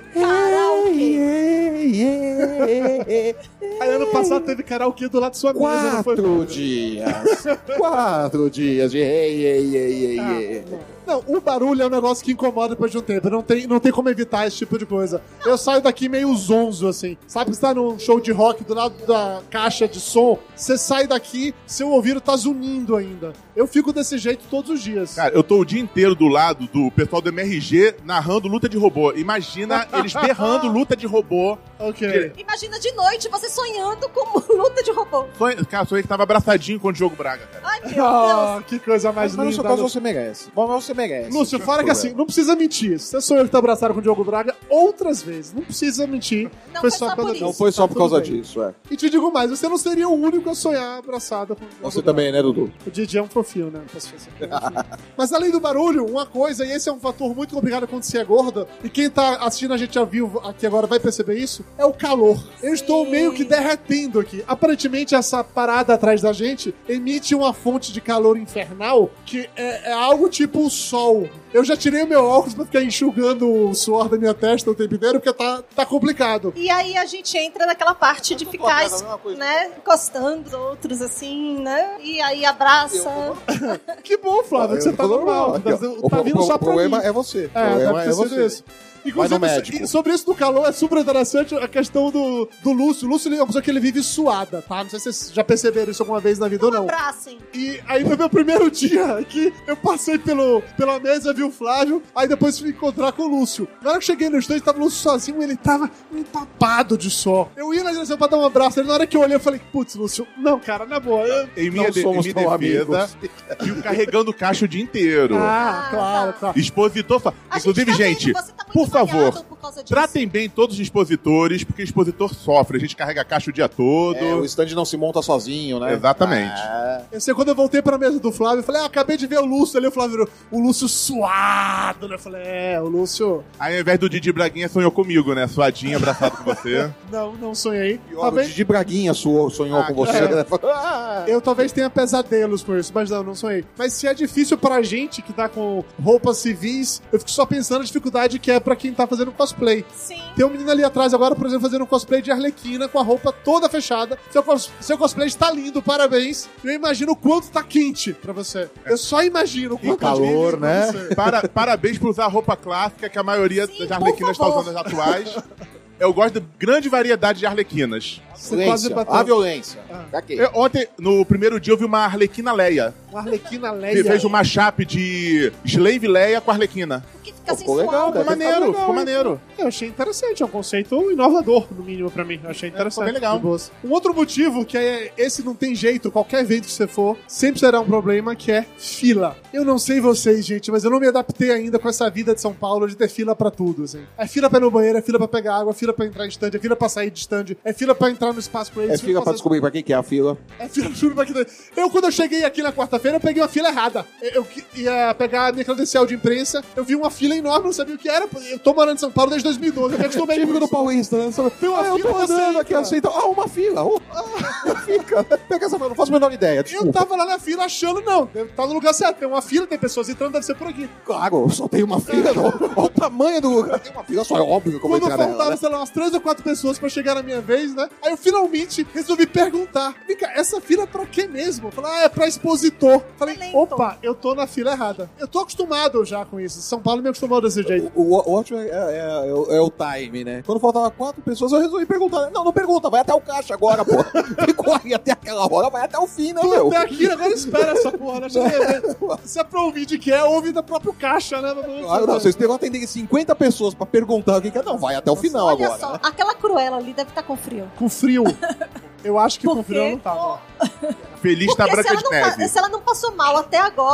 Karaokê. Aí ano passado teve karaokê do lado de sua mesa, não foi? Quatro dias. Quatro dias de ei, ei, ei, ei, Ah, ei. Não, o barulho é um negócio que incomoda depois de um tempo. Não tem, não tem como evitar esse tipo de coisa. Eu saio daqui meio zonzo, assim. Sabe que você tá num show de rock do lado da caixa de som? Você sai daqui, seu ouvido tá zunindo ainda. Eu fico desse jeito todos os dias. Cara, eu tô o dia inteiro do lado do pessoal do M R G narrando luta de robô. Imagina eles berrando luta de robô. Ok. Imagina de noite você sonhando com luta de robô. Sonho, cara, sonhei que tava abraçadinho com o Diogo Braga, cara. Ai, meu Ah, Deus. que coisa mais Mas no linda. seu caso Lúcio. você merece. Mas você merece. Lúcio, fora que assim, não precisa mentir. Você sonhou que tá abraçado com o Diogo Braga outras vezes. Não precisa mentir. Não foi só pela por disso. Não foi só por Tá causa tudo bem. disso, é. E te digo mais, você não seria o único a sonhar abraçado com o Diogo Você Braga. também, né, Dudu? O Didi é um fofinho, né? Posso fazer. Mas além do barulho, uma coisa, e esse é um fator muito complicado quando você é gorda, e quem tá assistindo a gente ao vivo aqui agora vai perceber isso, é o calor. Eu estou meio que derretendo aqui. Aparentemente, essa parada atrás da gente emite uma fonte de calor infernal que é, é algo tipo o sol. Eu já tirei o meu óculos pra ficar enxugando o suor da minha testa o tempo inteiro, porque tá, tá complicado. E aí a gente entra naquela parte de ficar, fazendo a mesma coisa. né, encostando os outros assim, né? E aí abraça. Que bom, Flávio, que você tá normal. Tá, tá vindo só O pra problema mim. é você. O É, problema deve é ter sido você. isso. Inclusive, Vai no médico. e sobre isso do calor, é super interessante a questão do, do Lúcio. O Lúcio ele é uma pessoa que ele vive suada, tá? Não sei se vocês já perceberam isso alguma vez na vida ou não. Abracem. E aí no meu primeiro dia que eu passei pelo, pela mesa, vi o Flávio, aí depois fui encontrar com o Lúcio. Na hora que eu cheguei no estúdio, tava o Lúcio sozinho, ele tava empapado de sol. Eu ia na direção pra dar um abraço, ele, na hora que eu olhei, eu falei, putz, Lúcio, não, cara, na boa. Eu... Em minha, Não de, em somos minha tão defesa, fico carregando caixa o dia inteiro. Ah, Ah, claro, tá. claro. Expositor só. A Inclusive, tá vendo, gente, você tá muito por favor, noiado por causa disso. tratem bem todos os expositores, porque o expositor sofre. A gente carrega a caixa o dia todo. É, o stand não se monta sozinho, né? Exatamente. É. Eu sei, quando eu voltei pra mesa do Flávio, eu falei, ah, acabei de ver o Lúcio ali, o Flávio, o Lúcio suado, né? Eu falei, é, o Lúcio... Aí, ao invés do Didi Braguinha, sonhou comigo, né? Suadinho, abraçado com você. Não, não sonhei. E ó, o Talvez... Didi Braguinha suou, sonhou Ah, com você. é. Né? Ah, Eu talvez tenha pesadelos com isso, mas não, não sonhei. Mas se é difícil pra gente que tá com roupas civis, eu fico só pensando na dificuldade que é pra quem tá fazendo cosplay. Sim. Tem um menino ali atrás agora, por exemplo, fazendo um cosplay de Arlequina com a roupa toda fechada. Seu, cos... Seu cosplay está lindo, parabéns. Eu imagino o quanto tá quente pra você. Eu só imagino o E quanto tá calor, quente pra né? você. Para, parabéns por usar a roupa clássica que a maioria Sim, das por arlequinas está favor. usando as atuais. Eu gosto de grande variedade de arlequinas. Você violência. quase bateu. A violência. Ah. Pra quê? Eu- ontem, no primeiro dia, eu vi uma arlequina Leia. Uma Arlequina Que Leia. fez uma chape de Slave Leia com arlequina. Porque fica Ficou sensual. legal, Ficou deve ter maneiro, legal, ficou hein? maneiro. Eu achei interessante, é um conceito inovador, no mínimo, pra mim. Eu achei interessante. bem legal. de boas. Um outro motivo, que é esse não tem jeito, qualquer evento que você for, sempre será um problema, que é fila. Eu não sei vocês, gente, mas eu não me adaptei ainda com essa vida de São Paulo de ter fila pra tudo, assim. É fila pra ir no banheiro, é fila pra pegar água, é fila pra entrar em stand, é fila pra sair de stand, é fila pra entrar no espaço pra É eles. fila pra descobrir pra quem que é a fila. É fila pra aqui dentro. Eu, quando eu cheguei aqui na quarta-feira, eu peguei uma fila errada. Eu, eu que- ia pegar a minha credencial de imprensa, eu vi uma fila enorme, não sabia o que era. Eu tô morando em São Paulo desde dois mil e doze, eu me acostumei com Típico do isso. paulista, né? Tem uma Ah, eu fila tô que andando aceita. aqui, aceita. Ah, uma fila. Oh, ah, fica. Pega essa fila, não faço a menor ideia. Eu Desculpa. tava lá na fila achando, não, tá no lugar certo. Tem uma fila, tem pessoas entrando, deve ser por aqui. Claro, só tem uma fila, não. Olha o tamanho do lugar. Tem uma fila só, é óbvio que eu vou Quando entrar faltava, nela, né? sei lá, umas três ou quatro pessoas pra chegar na minha vez, né? Aí eu finalmente resolvi perguntar: vem cá, essa fila é pra quê mesmo? Eu falei, ah, é pra expositor. Falei, Lento. opa, eu tô na fila errada. Eu tô acostumado já com isso. São Paulo me acostumou desse jeito. O, o, o ótimo é, é- é o- é o time, né? Quando faltava quatro pessoas, eu resolvi perguntar. Não, não pergunta, vai até o caixa agora, pô. Ficou aí até aquela hora, vai até o fim, né, Tô meu? até aqui, agora espera essa porra, né? Deixa eu ver. Se é pra ouvir de que é, ouve da próprio caixa, né? Claro, não, vocês terão que atender cinquenta pessoas pra perguntar o que que é. Não, vai até o final Olha agora, só, né? aquela Cruella ali deve estar com frio. Com frio. Eu acho que com Porque, frio eu não tava. Feliz tá Porque se Branca ela, de não, pa- Neve. se ela não passou mal até agora,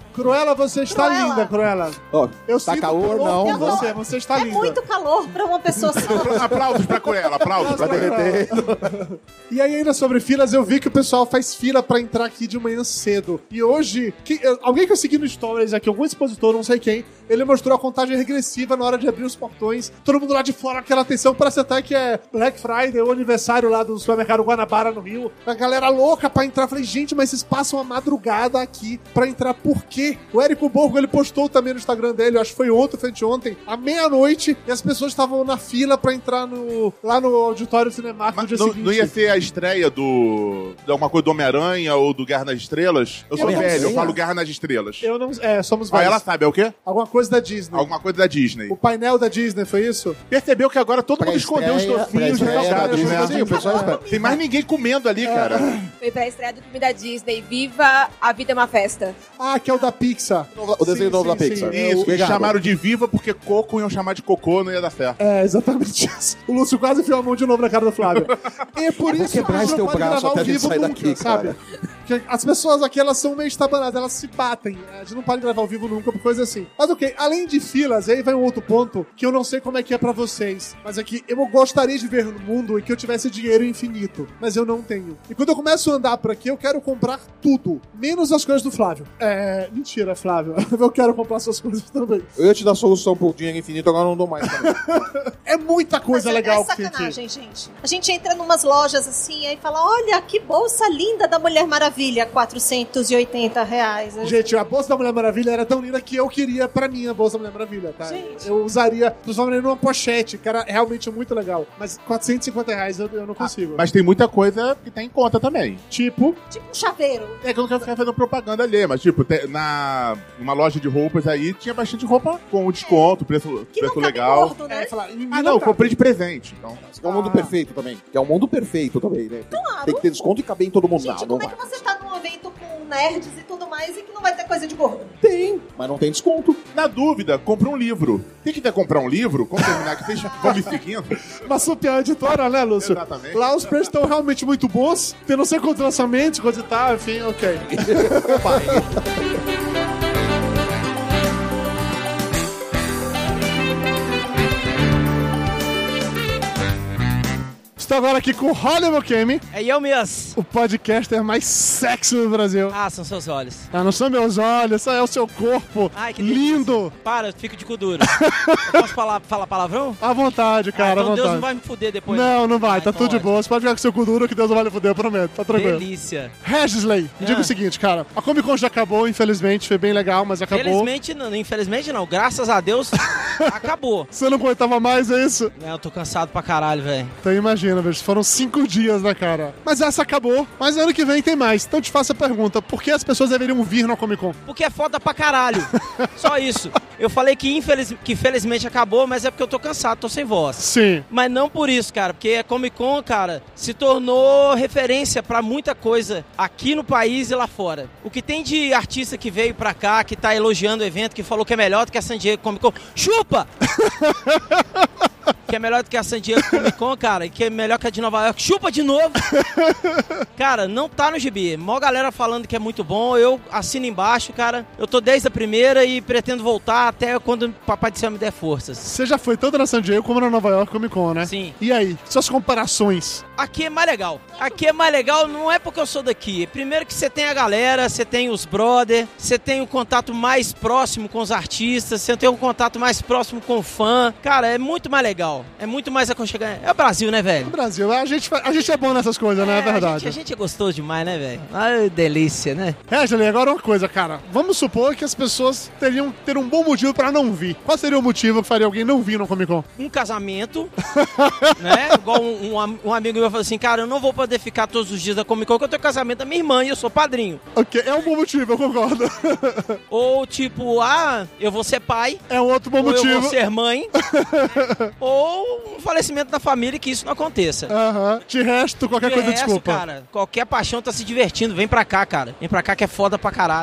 Cruella, você está Cruella. linda, Cruella. Ó, Eu tá sinto calor, calor não. por não. você, você está É linda. muito calor pra uma pessoa só. Aplausos pra Cruella, aplausos. Pra derreter. E aí, ainda sobre filas, eu vi que o pessoal faz fila pra entrar aqui de manhã cedo. E hoje, que, eu- alguém que eu segui no Stories aqui, algum expositor, não sei quem, ele mostrou a contagem regressiva na hora de abrir os portões. Todo mundo lá de fora, aquela atenção, parece até que é Black Friday, o aniversário lá do supermercado Guanabara no Rio. A galera louca pra entrar. Eu falei, gente, mas vocês passam a madrugada aqui pra entrar por quê? O Érico Borgo, ele postou também no Instagram dele, eu acho que foi ontem, foi ontem, à meia-noite, e as pessoas estavam na fila pra entrar no, lá no auditório Cinemark no Mas dia não, seguinte. não ia ser a estreia do. de alguma coisa do Homem-Aranha ou do Guerra nas Estrelas? Eu sou Eu não velho, eu sei. falo Guerra nas Estrelas. Eu não... É, somos Ah, velhos. ela sabe, é o quê? Alguma coisa da Disney. Alguma coisa da Disney. O painel da Disney, foi isso? Percebeu que agora todo mundo escondeu os Pré-estreia- tofinhos pré-estreia da salgados, Disney. né? Sim, o pessoal espera. Tem mais ninguém comendo ali, cara. Foi pra estreia do filme da Disney, Viva a Vida é uma Festa. Ah, que é o da Pixar. O desenho Sim, novo sim, da sim. Pixar. Isso, que Obrigado. chamaram de Viva porque Coco iam chamar de Cocô, não ia dar certo. É, exatamente isso. O Lúcio quase enfiou a mão de novo na cara do Flávio. E é por Vou isso que quebrar a gente esse não teu pode braço gravar ao até a gente vivo sair nunca, daqui, sabe? cara. Porque as pessoas aqui, elas são meio estabanadas, elas se batem. A gente não pode gravar ao vivo nunca por coisa assim. Mas ok, além de filas, aí vai um outro ponto que eu não sei como é que é pra vocês. Mas é que eu gostaria de ver no mundo em que eu tivesse dinheiro infinito. Mas eu não tenho. E quando eu começo a andar por aqui, eu quero comprar tudo. Menos as coisas do Flávio. É... Mentira, Flávio. Eu quero comprar suas coisas também. Eu ia te dar solução pro dinheiro infinito, agora não dou mais também. É muita coisa Mas é- legal é que tem aqui. sacanagem, gente. A gente entra numas lojas assim, aí fala, olha, que bolsa linda da Mulher Maravilha, quatrocentos e oitenta reais. Gente, a bolsa da Mulher Maravilha era tão linda que eu queria pra mim a bolsa da Mulher Maravilha, tá? Gente. Eu usaria, principalmente numa pochete, que era realmente muito legal. Mas quatrocentos e cinquenta reais eu, eu não consigo. Mas tem muita coisa que tá em conta também. Tipo, Tipo um chaveiro. É que eu não quero ficar fazendo propaganda ali, mas tipo, te- na uma loja de roupas aí tinha bastante roupa com desconto, preço, Que preço não cabe legal. gordo, né? é, falar, em mim Ah, não, eu tá. comprei de presente. Então. É um mundo perfeito também. Que é um mundo perfeito também, né? Tem, Claro. tem que ter desconto e caber em todo mundo. Gente, não, não como é vai. que você tá num evento com nerds e tudo mais e que não vai ter coisa de gordo? Tem, mas não tem desconto. Na dúvida, compra um livro. Quem quiser comprar um livro, como terminar que vocês vão me seguindo. Marsupial Editora, né, Lúcio? Exatamente. Lá os preços estão realmente muito bons. Tem não sei quantos lançamentos, coisa e tal, enfim, ok. Estou agora aqui com o Hollywood Kemi, É eu mesmo. o podcaster mais sexy do Brasil. Ah, são seus olhos. Ah, não são meus olhos, só é o seu corpo. Ai, que delícia. lindo. Para, eu fico de cu duro. Eu posso falar, falar palavrão? À vontade, cara, ah, então à Deus vontade. não vai me fuder depois. Não, não vai, Ah, tá então tudo de ótimo. boa. Você pode ficar com seu cu duro que Deus não vai lhe fuder, eu prometo. Tá tranquilo. Delícia. Regisley, me diga Ah. o seguinte, cara. A Comic Con já acabou, infelizmente. Foi bem legal, mas acabou. Felizmente não, infelizmente não. Graças a Deus, acabou. Você não aguentava mais, é isso? É, eu tô cansado pra caralho, velho. Então imagina, velho. Foram cinco dias, né, cara? Mas essa acabou. Mas ano que vem tem mais. Então eu te faço a pergunta. Por que as pessoas deveriam vir na Comic Con? Porque é foda pra caralho. Só isso. Eu falei que, infeliz... que felizmente acabou, mas é porque eu tô cansado, tô sem voz. Sim. Mas não por isso, cara, porque a Comic Con, cara, se tornou referência pra muita coisa aqui no país e lá fora. O que tem de artista que veio pra cá, que tá elogiando o evento, que falou que é melhor do que a San Diego Comic Con, chupa! Que é melhor do que a San Diego Comic Con, cara, e que é melhor que a de Nova York, chupa de novo! Cara, não tá no gibi. Mó galera falando que é muito bom, eu assino embaixo, cara. Eu tô desde a primeira e pretendo voltar até quando o Papai do Céu me der forças. Você já foi tanto na San Diego como na Nova York Comic Con, né? Sim. E aí? Suas comparações? Aqui é mais legal. Aqui é mais legal não é porque eu sou daqui. Primeiro que você tem a galera, você tem os brother, você tem um contato mais próximo com os artistas, você tem um contato mais próximo com o fã. Cara, é muito mais legal. É muito mais aconchegante. É o Brasil, né, velho? No Brasil, a gente, fa- a gente é bom nessas coisas, né? É A verdade. gente, a gente é gostoso demais, né, velho? Ai, delícia, né? Regisley, agora uma coisa, cara. Vamos supor que as pessoas teriam ter um bom motivo pra não vir. Qual seria o motivo que faria alguém não vir no Comic Con? Um casamento, né? Igual um, um am- um amigo meu falou assim, cara, eu não vou poder ficar todos os dias da Comic Con, porque eu tenho casamento da minha irmã e eu sou padrinho. Ok, é um bom motivo, eu concordo. Ou tipo, ah, eu vou ser pai. É um outro bom ou motivo. eu vou ser mãe. Ou um falecimento da família, que isso não aconteça. Aham. De resto, qualquer De coisa, resto, desculpa. cara, qualquer paixão tá se divertindo. Vem pra cá, cara. Vem pra cá que é foda pra caralho.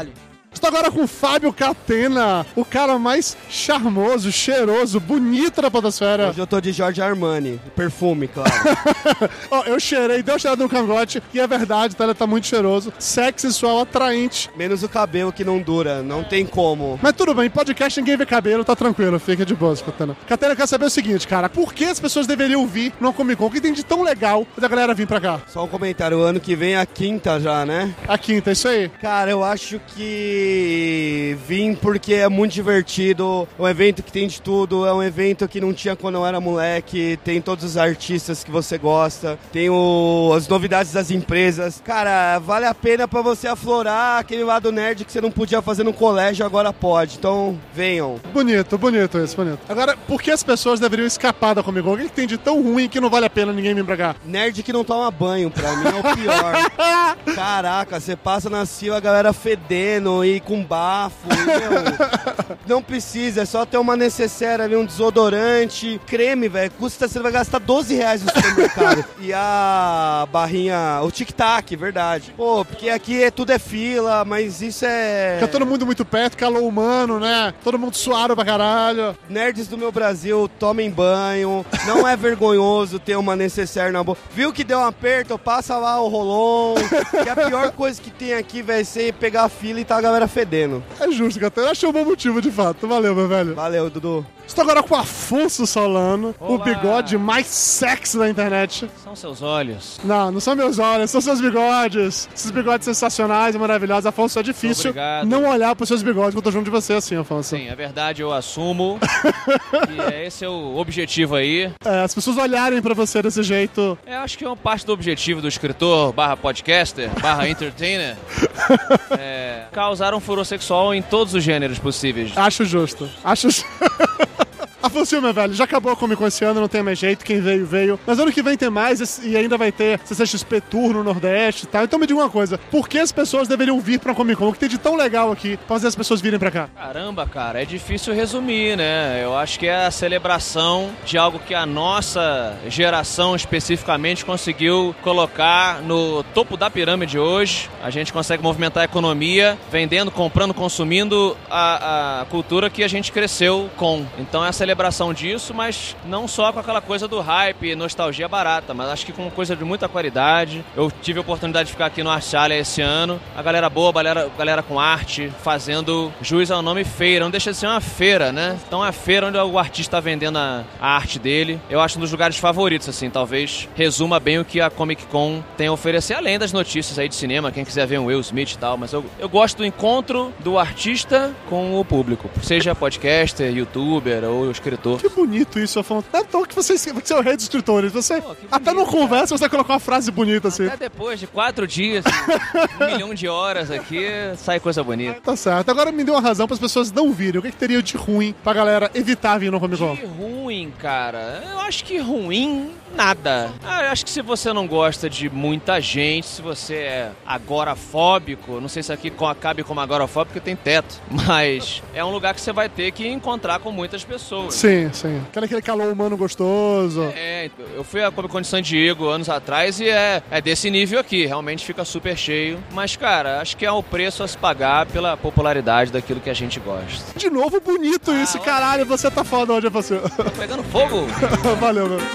Estou agora com o Fábio Catena, o cara mais charmoso, cheiroso, bonito da podosfera. Hoje eu tô de Giorgio Armani, perfume, claro. Ó, eu cheirei, deu cheirado no cangote, e é verdade, tá? Ele tá muito cheiroso, sexy, sensual, atraente. Menos o cabelo que não dura, não tem como. Mas tudo bem, podcast ninguém vê cabelo, tá tranquilo, fica de boa, Catena. Catena, quer saber o seguinte, cara, por que as pessoas deveriam vir no Comic Con? O que tem de tão legal da galera vir pra cá? Só um comentário, o ano que vem é a quinta já, né? A quinta, isso aí. Cara, eu acho que vim porque é muito divertido, é um evento que tem de tudo, é um evento que não tinha quando eu era moleque, tem todos os artistas que você gosta, tem o, as novidades das empresas. Cara, vale a pena pra você aflorar aquele lado nerd que você não podia fazer no colégio, agora pode. Então, venham. Bonito, bonito isso, bonito. Agora, por que as pessoas deveriam escapar da Comic Con? O que tem de tão ruim que não vale a pena ninguém vir pra cá? Nerd que não toma banho, pra mim é o pior. Caraca, você passa na fila, a galera fedendo e com bafo, e, meu, não precisa, é só ter uma necessaire ali, um desodorante, creme, velho, custa, você vai gastar doze reais no supermercado. E a barrinha, o tic-tac, verdade. Pô, porque aqui é, tudo é fila, mas isso é... Fica todo mundo muito perto, calor humano, né? Todo mundo suado pra caralho. Nerds do meu Brasil, tomem banho, não é vergonhoso ter uma necessaire na boca. Viu que deu um aperto, passa lá o Rolon, que a pior coisa que tem aqui, velho, é você pegar a fila e tá a galera fedendo. É justo, Catena. Eu achei um bom motivo, de fato. Valeu, meu velho. Valeu, Dudu. Estou agora com o Afonso Solano, Olá. o bigode mais sexy da internet. São seus olhos. Não, não são meus olhos, são seus bigodes. Esses bigodes sensacionais e maravilhosos. Afonso, é difícil não olhar pros seus bigodes quando eu tô junto de você assim, Afonso. Sim, é verdade, eu assumo. E é, esse é o objetivo aí. É, as pessoas olharem pra você desse jeito. Eu acho que é uma parte do objetivo do escritor, barra podcaster, barra entertainer, é causar um furor sexual em todos os gêneros possíveis. Acho justo. Acho justo. Afonso, meu velho, já acabou a Comic Con esse ano, não tem mais jeito, quem veio, veio. Mas ano que vem tem mais e ainda vai ter C C X P Tour no Nordeste e tal. Então me diga uma coisa, por que as pessoas deveriam vir pra Comic Con? O que tem de tão legal aqui pra fazer as pessoas virem pra cá? Caramba, cara, é difícil resumir, né? Eu acho que é a celebração de algo que a nossa geração especificamente conseguiu colocar no topo da pirâmide hoje. A gente consegue movimentar a economia, vendendo, comprando, consumindo a, a cultura que a gente cresceu com. Então é a celebração disso, mas não só com aquela coisa do hype, nostalgia barata, mas acho que com coisa de muita qualidade. Eu tive a oportunidade de ficar aqui no Arte Alley esse ano. A galera boa, a galera, galera com arte, fazendo jus ao nome feira. Não deixa de ser uma feira, né? Então é a feira onde o artista está vendendo a, a arte dele. Eu acho um dos lugares favoritos, assim, talvez resuma bem o que a Comic Con tem a oferecer, além das notícias aí de cinema, quem quiser ver um Will Smith e tal, mas eu, eu gosto do encontro do artista com o público, seja podcaster, youtuber ou escritor. Que bonito isso, Afonso. É tão que você, você é o rei dos escritores. Você, Pô, até no conversa, você coloca uma frase bonita assim. Até depois de quatro dias, um milhão de horas aqui, sai coisa bonita. Tá certo. Agora me deu uma razão para as pessoas não virem. O que, que teria de ruim pra galera evitar vir no Comic Con? De ruim, cara? Eu acho que ruim, nada. Ah, eu acho que se você não gosta de muita gente, se você é agorafóbico, não sei se aqui cabe como agorafóbico, porque tem teto, mas é um lugar que você vai ter que encontrar com muitas pessoas. Sim, sim. Aquele, aquele calor humano gostoso. É, eu fui à Comic Con de San Diego anos atrás e é, é desse nível aqui, realmente fica super cheio. Mas, cara, acho que é o preço a se pagar pela popularidade daquilo que a gente gosta. De novo, bonito ah, isso, caralho, você tá foda onde é você. Tô pegando fogo. Valeu, meu.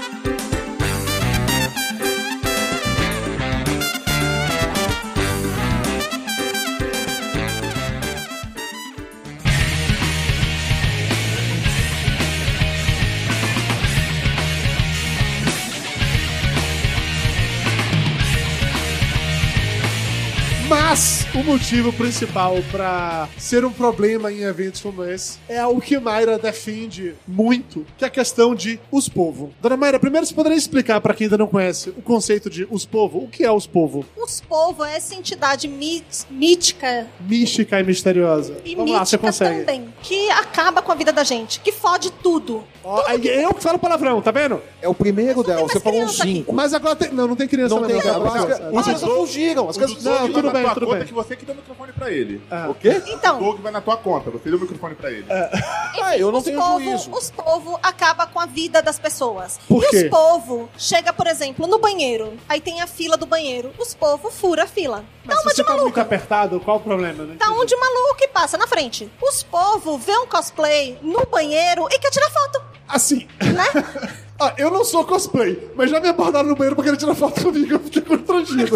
Mas o motivo principal pra ser um problema em eventos como esse é o que Mayra defende muito, que é a questão de os povo. Dona Mayra, primeiro você poderia explicar pra quem ainda não conhece o conceito de os povo? O que é os povo? Os povo é essa entidade mit- mítica. Mística e misteriosa. E Vamos lá, você consegue. também. Que acaba com a vida da gente. Que fode tudo. Ó, tudo. Eu que falo palavrão, tá vendo? É o primeiro dela, você falou um cinco. Mas agora tem... Não, não tem criança não. Tem, não, não, não, as, as pessoas fugiram. As crianças Não, tudo bem. tua tudo conta bem. que você que deu o microfone pra ele. Ah. O quê? Então. O Doug vai na tua conta, você deu o microfone pra ele. Ah, eu não os tenho povo, juízo. Os povos acabam com a vida das pessoas. Por quê? Os povos chega, por exemplo, no banheiro. Aí tem a fila do banheiro. Os povos fura a fila. Mas Dá se uma você de tá muito maluca. apertado, qual o problema? Né? Dá um de maluco e passa na frente. Os povos vê um cosplay no banheiro e quer tirar foto. Assim. Né? Ah, eu não sou cosplay, mas já me abordaram no banheiro pra querer tirar foto comigo. Eu fiquei constrangido.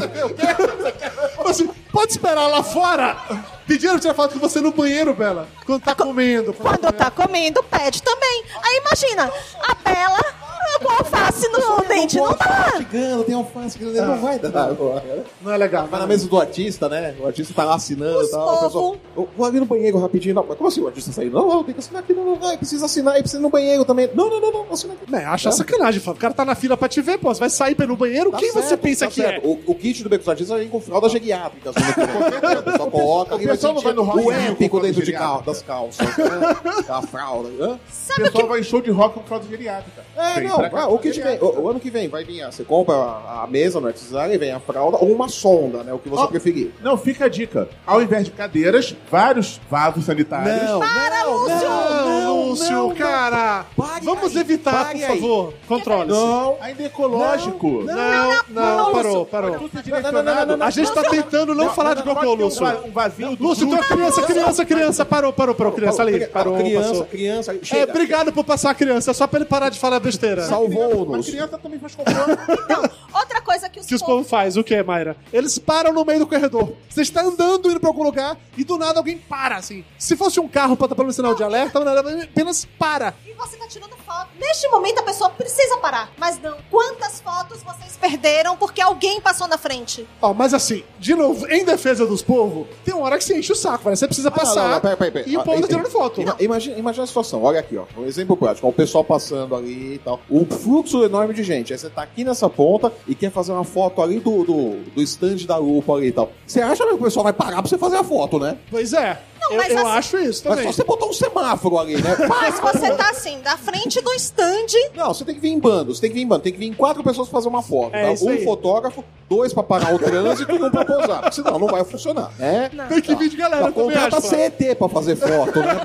Assim, pode esperar lá fora? Pediram pra tirar foto com você no banheiro, Bela. Quando tá comendo. Quando tá comendo, pede também. Aí imagina, a Bela com alface no dente. Não dá. Mastigando, tem alface, não vai dar agora. Não é legal. Vai na mesa do artista, né? O artista tá lá assinando e tal. povo- A pessoa, eu vou ali no banheiro rapidinho. Não, mas como assim o artista saindo? Não, não, tem que assinar aqui. Não, não, não. Precisa assinar. E precisa ir no banheiro também. Não, não, não, não. Assina aqui. Né, acha sacanagem, Fábio. O cara tá na fila pra te ver, pô. Você vai sair pra ir no banheiro? Tá Quem você certo, pensa tá que certo. é? O, o kit do Beco dos Artistas vem com fralda geriátrica. Assim, só coloca ali, O vai pessoal não sentir vai no Rock o in Rio épico com fralda dentro de geriátrica. cal, das calças. Né? A fralda. Hã? O pessoal vai em show de rock com fralda geriátrica. É, Vem não, pra cá, ah, o kit vem. geriátrica. O, o ano que vem vai vir, ah, você compra a, a mesa no artesanato e vem a fralda ou uma sonda, né? O que você Ó, preferir. Não, fica a dica. Ao invés de cadeiras, vários vasos sanitários. Não, Para, Lúcio! Não, Lúcio, não, não. cara. Pare Vamos aí, evitar, pare por aí. favor. Controle-se. Não. Ainda é ecológico. Não, não, não, parou, parou. Tudo Não, direcionado. não, não, não, não, A gente tá tentando não falar de cocô, Pode ter um Lúcio. va- Um vasinho do Lúcio, então Fruto. criança, criança, criança. Parou, parou, parou. Criança ali. Parou, criança, passou. criança. É, Chega. obrigado por passar a criança. É só pra ele parar de falar besteira. Mas Salvou-nos. criança também faz cocô. Então, outra coisa que os que os povos... povos faz, o que, Mayra? Eles param no meio do corredor. Você está andando, indo pra algum lugar, e do nada alguém para, assim. Se fosse um carro pra dar um sinal de alerta, apenas para. E você tá tirando foto. Neste momento a pessoa precisa parar. Mas não. Quantas fotos vocês perderam porque alguém passou na frente? Ó, mas assim, de novo, em defesa dos povos, tem uma hora que você enche o saco, velho. Você precisa Ah, não, passar não, não, pera, pera, pera. e o Ah, povo tá entendi. tirando foto. Ima- Imagina, imagina a situação, olha aqui, ó. Um exemplo prático, ó, o pessoal passando ali e tal. O fluxo enorme de gente. Aí você tá aqui nessa ponta e quer fazer uma foto ali do, do, do stand da lupa ali e tal. Você acha que o pessoal vai parar pra você fazer a foto, né? Pois é. Não, eu mas eu assim- acho isso Mas também. só você botar um semáforo ali, né? Mas você tá assim, da frente do stand. Não, você tem que vir em bando, você tem que vir em bando. Tem que vir em quatro pessoas pra fazer uma foto. É tá? isso Um aí. fotógrafo, dois pra parar o trânsito e um pra posar. Porque senão não vai funcionar. É? Tem que vir de galera, Tá, eu também contrata acho, C E T pra fazer foto, né?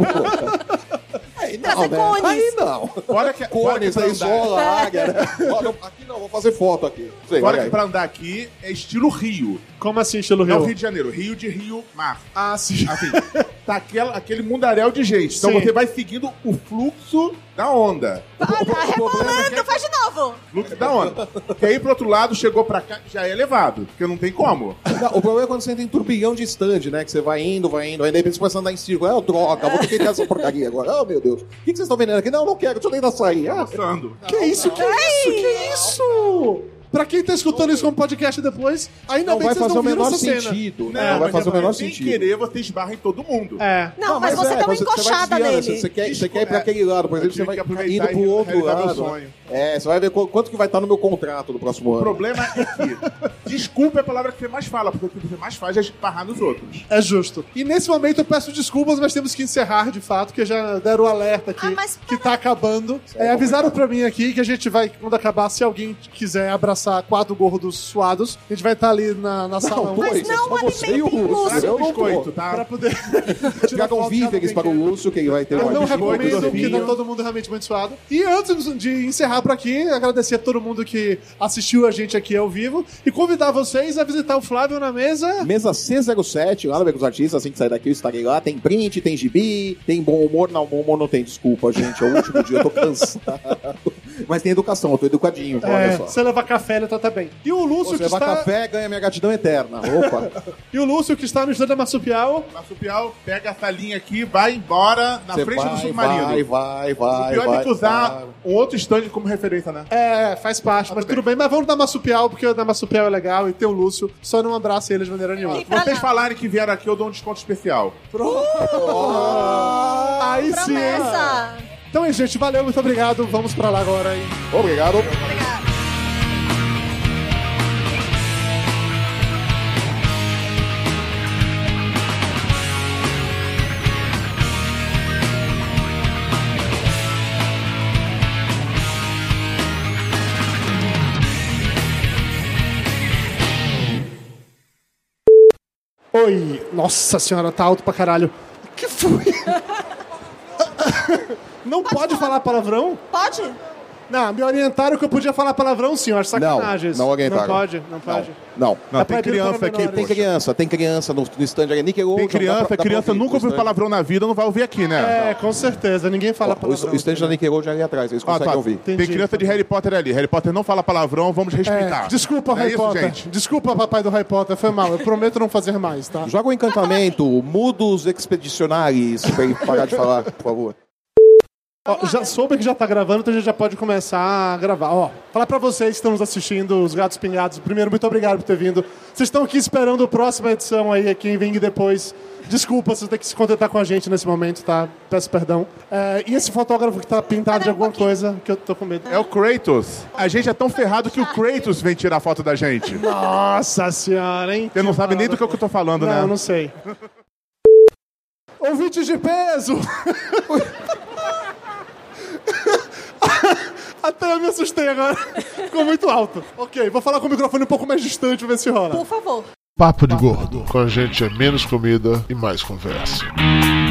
Pô? Aí não, Trazer né? cones. Aí não. Fora que, fora que Cones pra aí, andar, sola, águia, né? Olha, aqui não, vou fazer foto aqui. Não sei, fora olha que aí. pra andar aqui é estilo Rio. Como assim, estilo Não Rio? Rio de Janeiro, Rio de Rio Mar. Ah, sim. Assim, tá aquela, aquele mundaréu de gente. Então Sim. você vai seguindo o fluxo da onda. Ah, tá rebolando, faz de novo. Fluxo da onda. Que aí pro outro lado, chegou pra cá, já é elevado. Porque não tem como. Não, o problema é quando você entra em turbilhão de stand, né? Que você vai indo, vai indo, aí de repente você começa a andar em círculo. Ah, droga, vou ter que entrar essa porcaria agora. Oh, meu Deus. O que, que vocês estão vendendo aqui? Não, não quero, deixa eu tentar sair. Ah, Passando. Que isso, que isso, que isso? Pra quem tá escutando isso como podcast depois, ainda não bem vai que vocês fazer o não viram menor essa cena. sentido. Não, né? Não vai mas fazer o é, menor sem sentido. querer, você esbarra em todo mundo. É. Não, mas você é, deu uma quando você vai encoxada desviando, nele. Você, você quer, você Desculpa, quer ir pra é. aquele lado, por Eu exemplo, tive você vai que aproveitar indo pro e outro realizar meu lado. sonho. É, você vai ver qu- quanto que vai estar no meu contrato do próximo O ano. problema é que desculpa é a palavra que você mais fala, porque o que você mais faz é esbarrar nos outros. É justo. E nesse momento eu peço desculpas, mas temos que encerrar de fato, que já deram o alerta aqui, Ah, mas que tá acabando. É, avisaram pra mim aqui que a gente vai, quando acabar, se alguém quiser abraçar quatro gordos suados, a gente vai estar ali na, na sala Não, um dois, é não só você e o alimentem Lúcio. Traga Eu o não biscoito, vou. tá? pra poder tirar Tragam foto de cada víveres um para o quem Lúcio, que ele vai ter Eu um não biscoito recomendo, do porque tá vinho. todo mundo realmente muito suado. E antes de encerrar por aqui, agradecer a todo mundo que assistiu a gente aqui ao vivo e convidar vocês a visitar o Flávio na mesa. Mesa C zero sete, lá no Beco dos Artistas, assim que sair daqui eu estarei lá. Tem print, tem gibi, tem bom humor. Não, bom humor não tem, desculpa, gente. É o último dia, eu tô cansado. Mas tem educação, eu tô educadinho, olha É, só. você levar café, ele tá, tá bem. E o Lúcio Você que levar está... café, ganha minha gratidão eterna. Opa. E o Lúcio que está no estúdio da Marsupial. Marsupial, pega essa linha aqui, vai embora na Você frente vai, do submarino. Vai, vai, vai. O pior vai, é que usar vai. um outro stand como referência, né? É, faz parte, mas tudo bem. Mas vamos dar Marsupial, porque o da Marsupial é legal e tem o Lúcio. Só não abraça ele de maneira nenhuma. E pra Vocês lá. falarem que vieram aqui, eu dou um desconto especial. Aí sim. Promessa. Então é, gente, valeu, muito obrigado. Vamos pra lá agora, hein? Obrigado. Obrigada. Oi. Nossa senhora, tá alto pra caralho. Que foi? Não pode, pode falar palavrão? Pode. Não, me orientaram que eu podia falar palavrão, senhor. Sacanagem. Não, não orientaram. Não pode, não pode. Não, não. É Tem criança aqui. Tem criança, tem criança no, no stand aqui. Nickelodeon, Tem criança, dá pra, criança dá pra nunca ouviu palavrão na vida, não vai ouvir aqui, né? É, com certeza. Ninguém fala palavrão. O stand da Nickelodeon é ali atrás, eles Ah, conseguem tá. ouvir. Tem Entendi. criança de Harry Potter ali. Harry Potter não fala palavrão, vamos respeitar. É, desculpa, Não é Harry isso, Potter. gente? Desculpa, papai do Harry Potter. Foi mal. Eu prometo não fazer mais, tá? Joga um encantamento, muda os expedicionários pra ele parar de falar, por favor. Ó, já soube que já tá gravando, então a gente já pode começar a gravar. Ó, falar pra vocês que estão nos assistindo, os Gatos Pingados. Primeiro, muito obrigado por ter vindo. Vocês estão aqui esperando a próxima edição aí, quem vem depois. Desculpa, vocês têm que se contentar com a gente nesse momento, tá? Peço perdão. É, e esse fotógrafo que tá pintado de alguma coisa, que eu tô com medo. É o Kratos. A gente é tão ferrado que o Kratos vem tirar foto da gente. Nossa senhora, hein? Você não sabe nem do que eu tô falando, não, né? Não, não sei. Ouvintes de peso! Até eu me assustei agora. Ficou muito alto. Ok, vou falar com o microfone um pouco mais distante pra ver se rola. Por favor. Papo de Gordo. Com a gente é menos comida e mais conversa.